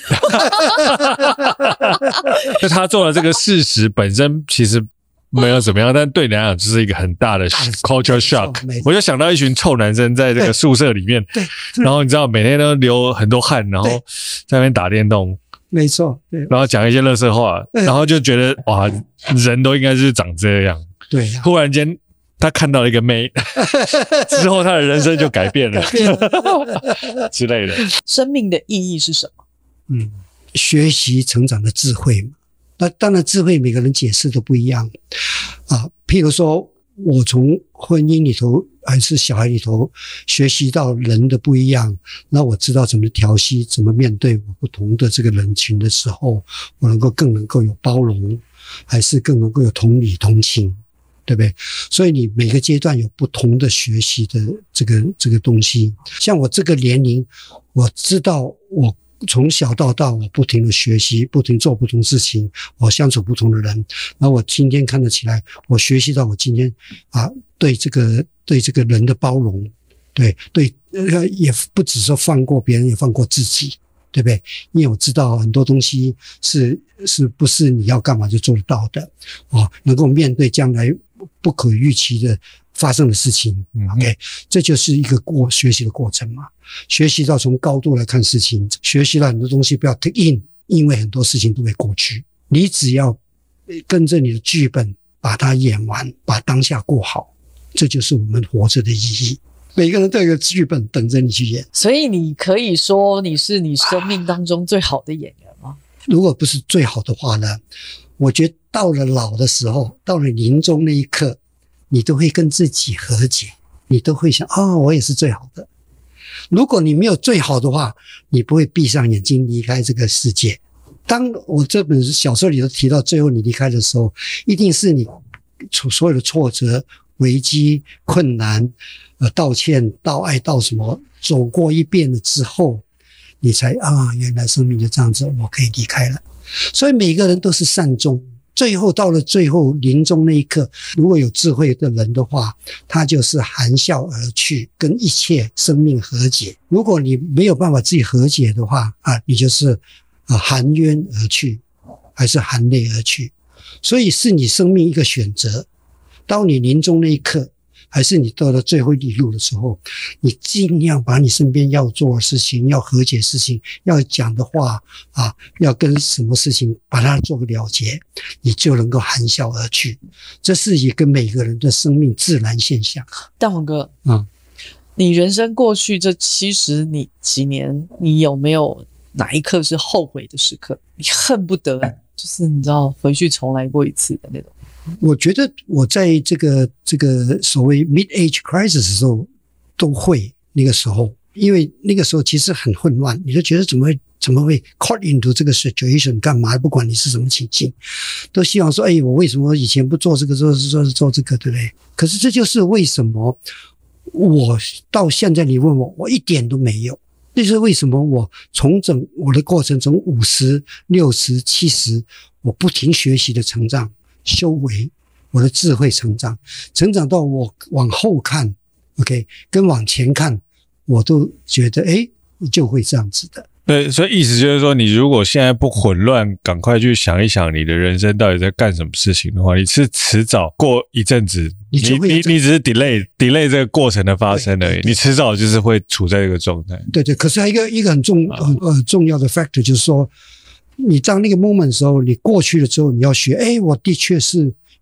就他做的这个事实本身其实没有怎么样，但对你来讲就是一个很大的 culture shock。我就想到一群臭男生在这个宿舍里面， 对， 然后你知道每天都流很多汗，然后在那边打电动。 没错，对， 然后讲一些垃圾话，然后就觉得哇，人都应该是长这样。 对， 忽然间他看到了一个妹，之后他的人生就改变了，之类的。 生命的意义是什么？ 嗯，学习成长的智慧嘛。那当然，智慧每个人解释都不一样啊。譬如说，我从婚姻里头还是小孩里头学习到人的不一样，那我知道怎么调息，怎么面对我不同的这个人群的时候，我能够更能够有包容，还是更能够有同理同情。对不对？所以你每个阶段有不同的学习的这个这个东西。像我这个年龄，我知道我从小到大我不停的学习，不停做不同事情，我相处不同的人。然后我今天看得起来，我学习到我今天啊对这个对这个人的包容，对对呃也不只是放过别人，也放过自己。对不对？因为我知道很多东西是是不是你要干嘛就做得到的哦，能够面对将来不可预期的发生的事情。嗯、OK， 这就是一个过学习的过程嘛。学习到从高度来看事情，学习到很多东西不要 take in， 因为很多事情都会过去。你只要跟着你的剧本把它演完，把当下过好，这就是我们活着的意义。每个人都有一个剧本等着你去演， 所以你可以说你是你生命当中最好的演员吗？ 如果不是最好的话呢，我觉得到了老的时候，到了临终那一刻，你都会跟自己和解，你都会想啊、哦，我也是最好的。如果你没有最好的话，你不会闭上眼睛离开这个世界。当我这本小说里头提到最后你离开的时候，一定是你所有的挫折、危机、困难，呃，道歉、道爱、道什么，走过一遍了之后，你才啊，原来生命就这样子，我可以离开了。所以每个人都是善终，最后到了最后临终那一刻，如果有智慧的人的话，他就是含笑而去，跟一切生命和解。如果你没有办法自己和解的话啊，你就是啊含冤而去，还是含泪而去。所以是你生命一个选择。当你临终那一刻，还是你到了最后一路的时候，你尽量把你身边要做的事情、要和解的事情、要讲的话啊，要跟什么事情把它做个了结，你就能够含笑而去。这是一个每个人的生命自然现象。 大鹏哥， 嗯， 你人生过去这七十你几年，你有没有哪一刻是后悔的时刻？你恨不得就是你知道回去重来过一次的那种。 我觉得我在这个这个所谓 mid-age crisis 的时候都会，那个时候，因为那个时候其实很混乱，你就觉得怎么会怎么会 caught into 这个 situation 干嘛？不管你是什么情境，都希望说，哎，我为什么以前不做这个，做做做这个，对不对？可是这就是为什么我到现在你问我，我一点都没有。这是为什么我重整我的过程，从五十、六十、七十，我不停学习的成长。修为，我的智慧成长，成长到我往后看 ，OK， 跟往前看，我都觉得，诶，就会这样子的。 对，所以意思就是说，你如果现在不混乱，赶快去想一想你的人生到底在干什么事情的话，你是迟早过一阵子， 你你你你只是 delay delay 这个过程的发生而已， 对对对， 你迟早就是会处在这个状态。 对对，可是还有一个一个很重很呃重要的 factor 就是说。你当那个 moment 的时候，你过去了之后，你要学，哎，我的确是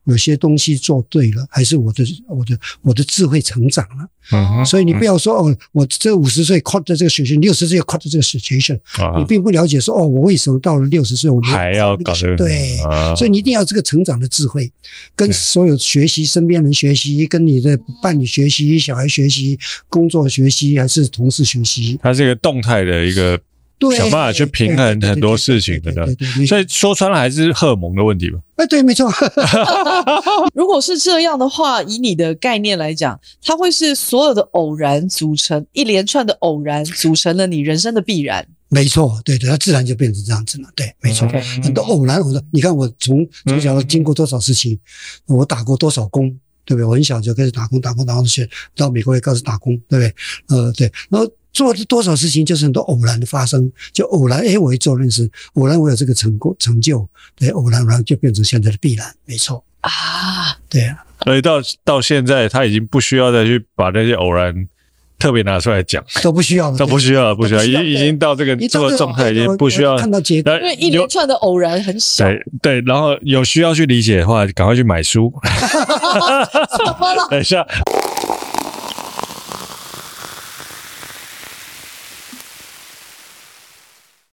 有些东西做对了，还是我的我的我的智慧成长了。 嗯， 所以你不要说哦，我这五十岁 caught 的这个 situation， 六十岁 caught 的这个 situation，、啊、你并不了解说哦，我为什么到了六十岁我还要搞这个？ 对、 啊， 所以你一定要这个成长的智慧，跟所有学习，身边人学习，跟你的伴侣学习，小孩学习，工作学习，还是同事学习， 它是一个动态的一个。想办法去平衡很多事情的，所以说穿了还是荷尔蒙的问题吧。 哎，对，没错。 如果是这样的话，以你的概念来讲，它会是所有的偶然组成一连串的偶然，组成了你人生的必然。 没错，对对，它自然就变成这样子了。对，没错， okay. 很多偶然，我说，你看我从从小经过多少事情，嗯、我打过多少工。对不对？我很小就开始打工，打工，打工去到美国也开始打工，对不对？呃，对，然后做多少事情就是很多偶然的发生，就偶然，诶，我一做认识，偶然我有这个成功成就，对，偶然然后就变成现在的必然，没错啊， 对啊。 所以到到现在，他已经不需要再去把那些偶然特别拿出来讲， 都不需要了， 都不需要了，不需要，已经已经到这个这个状态，已经不需要看到结果， 因为一连串的偶然很小。 对对，然后有需要去理解的话，赶快去买书。 怎么了？ 等一下。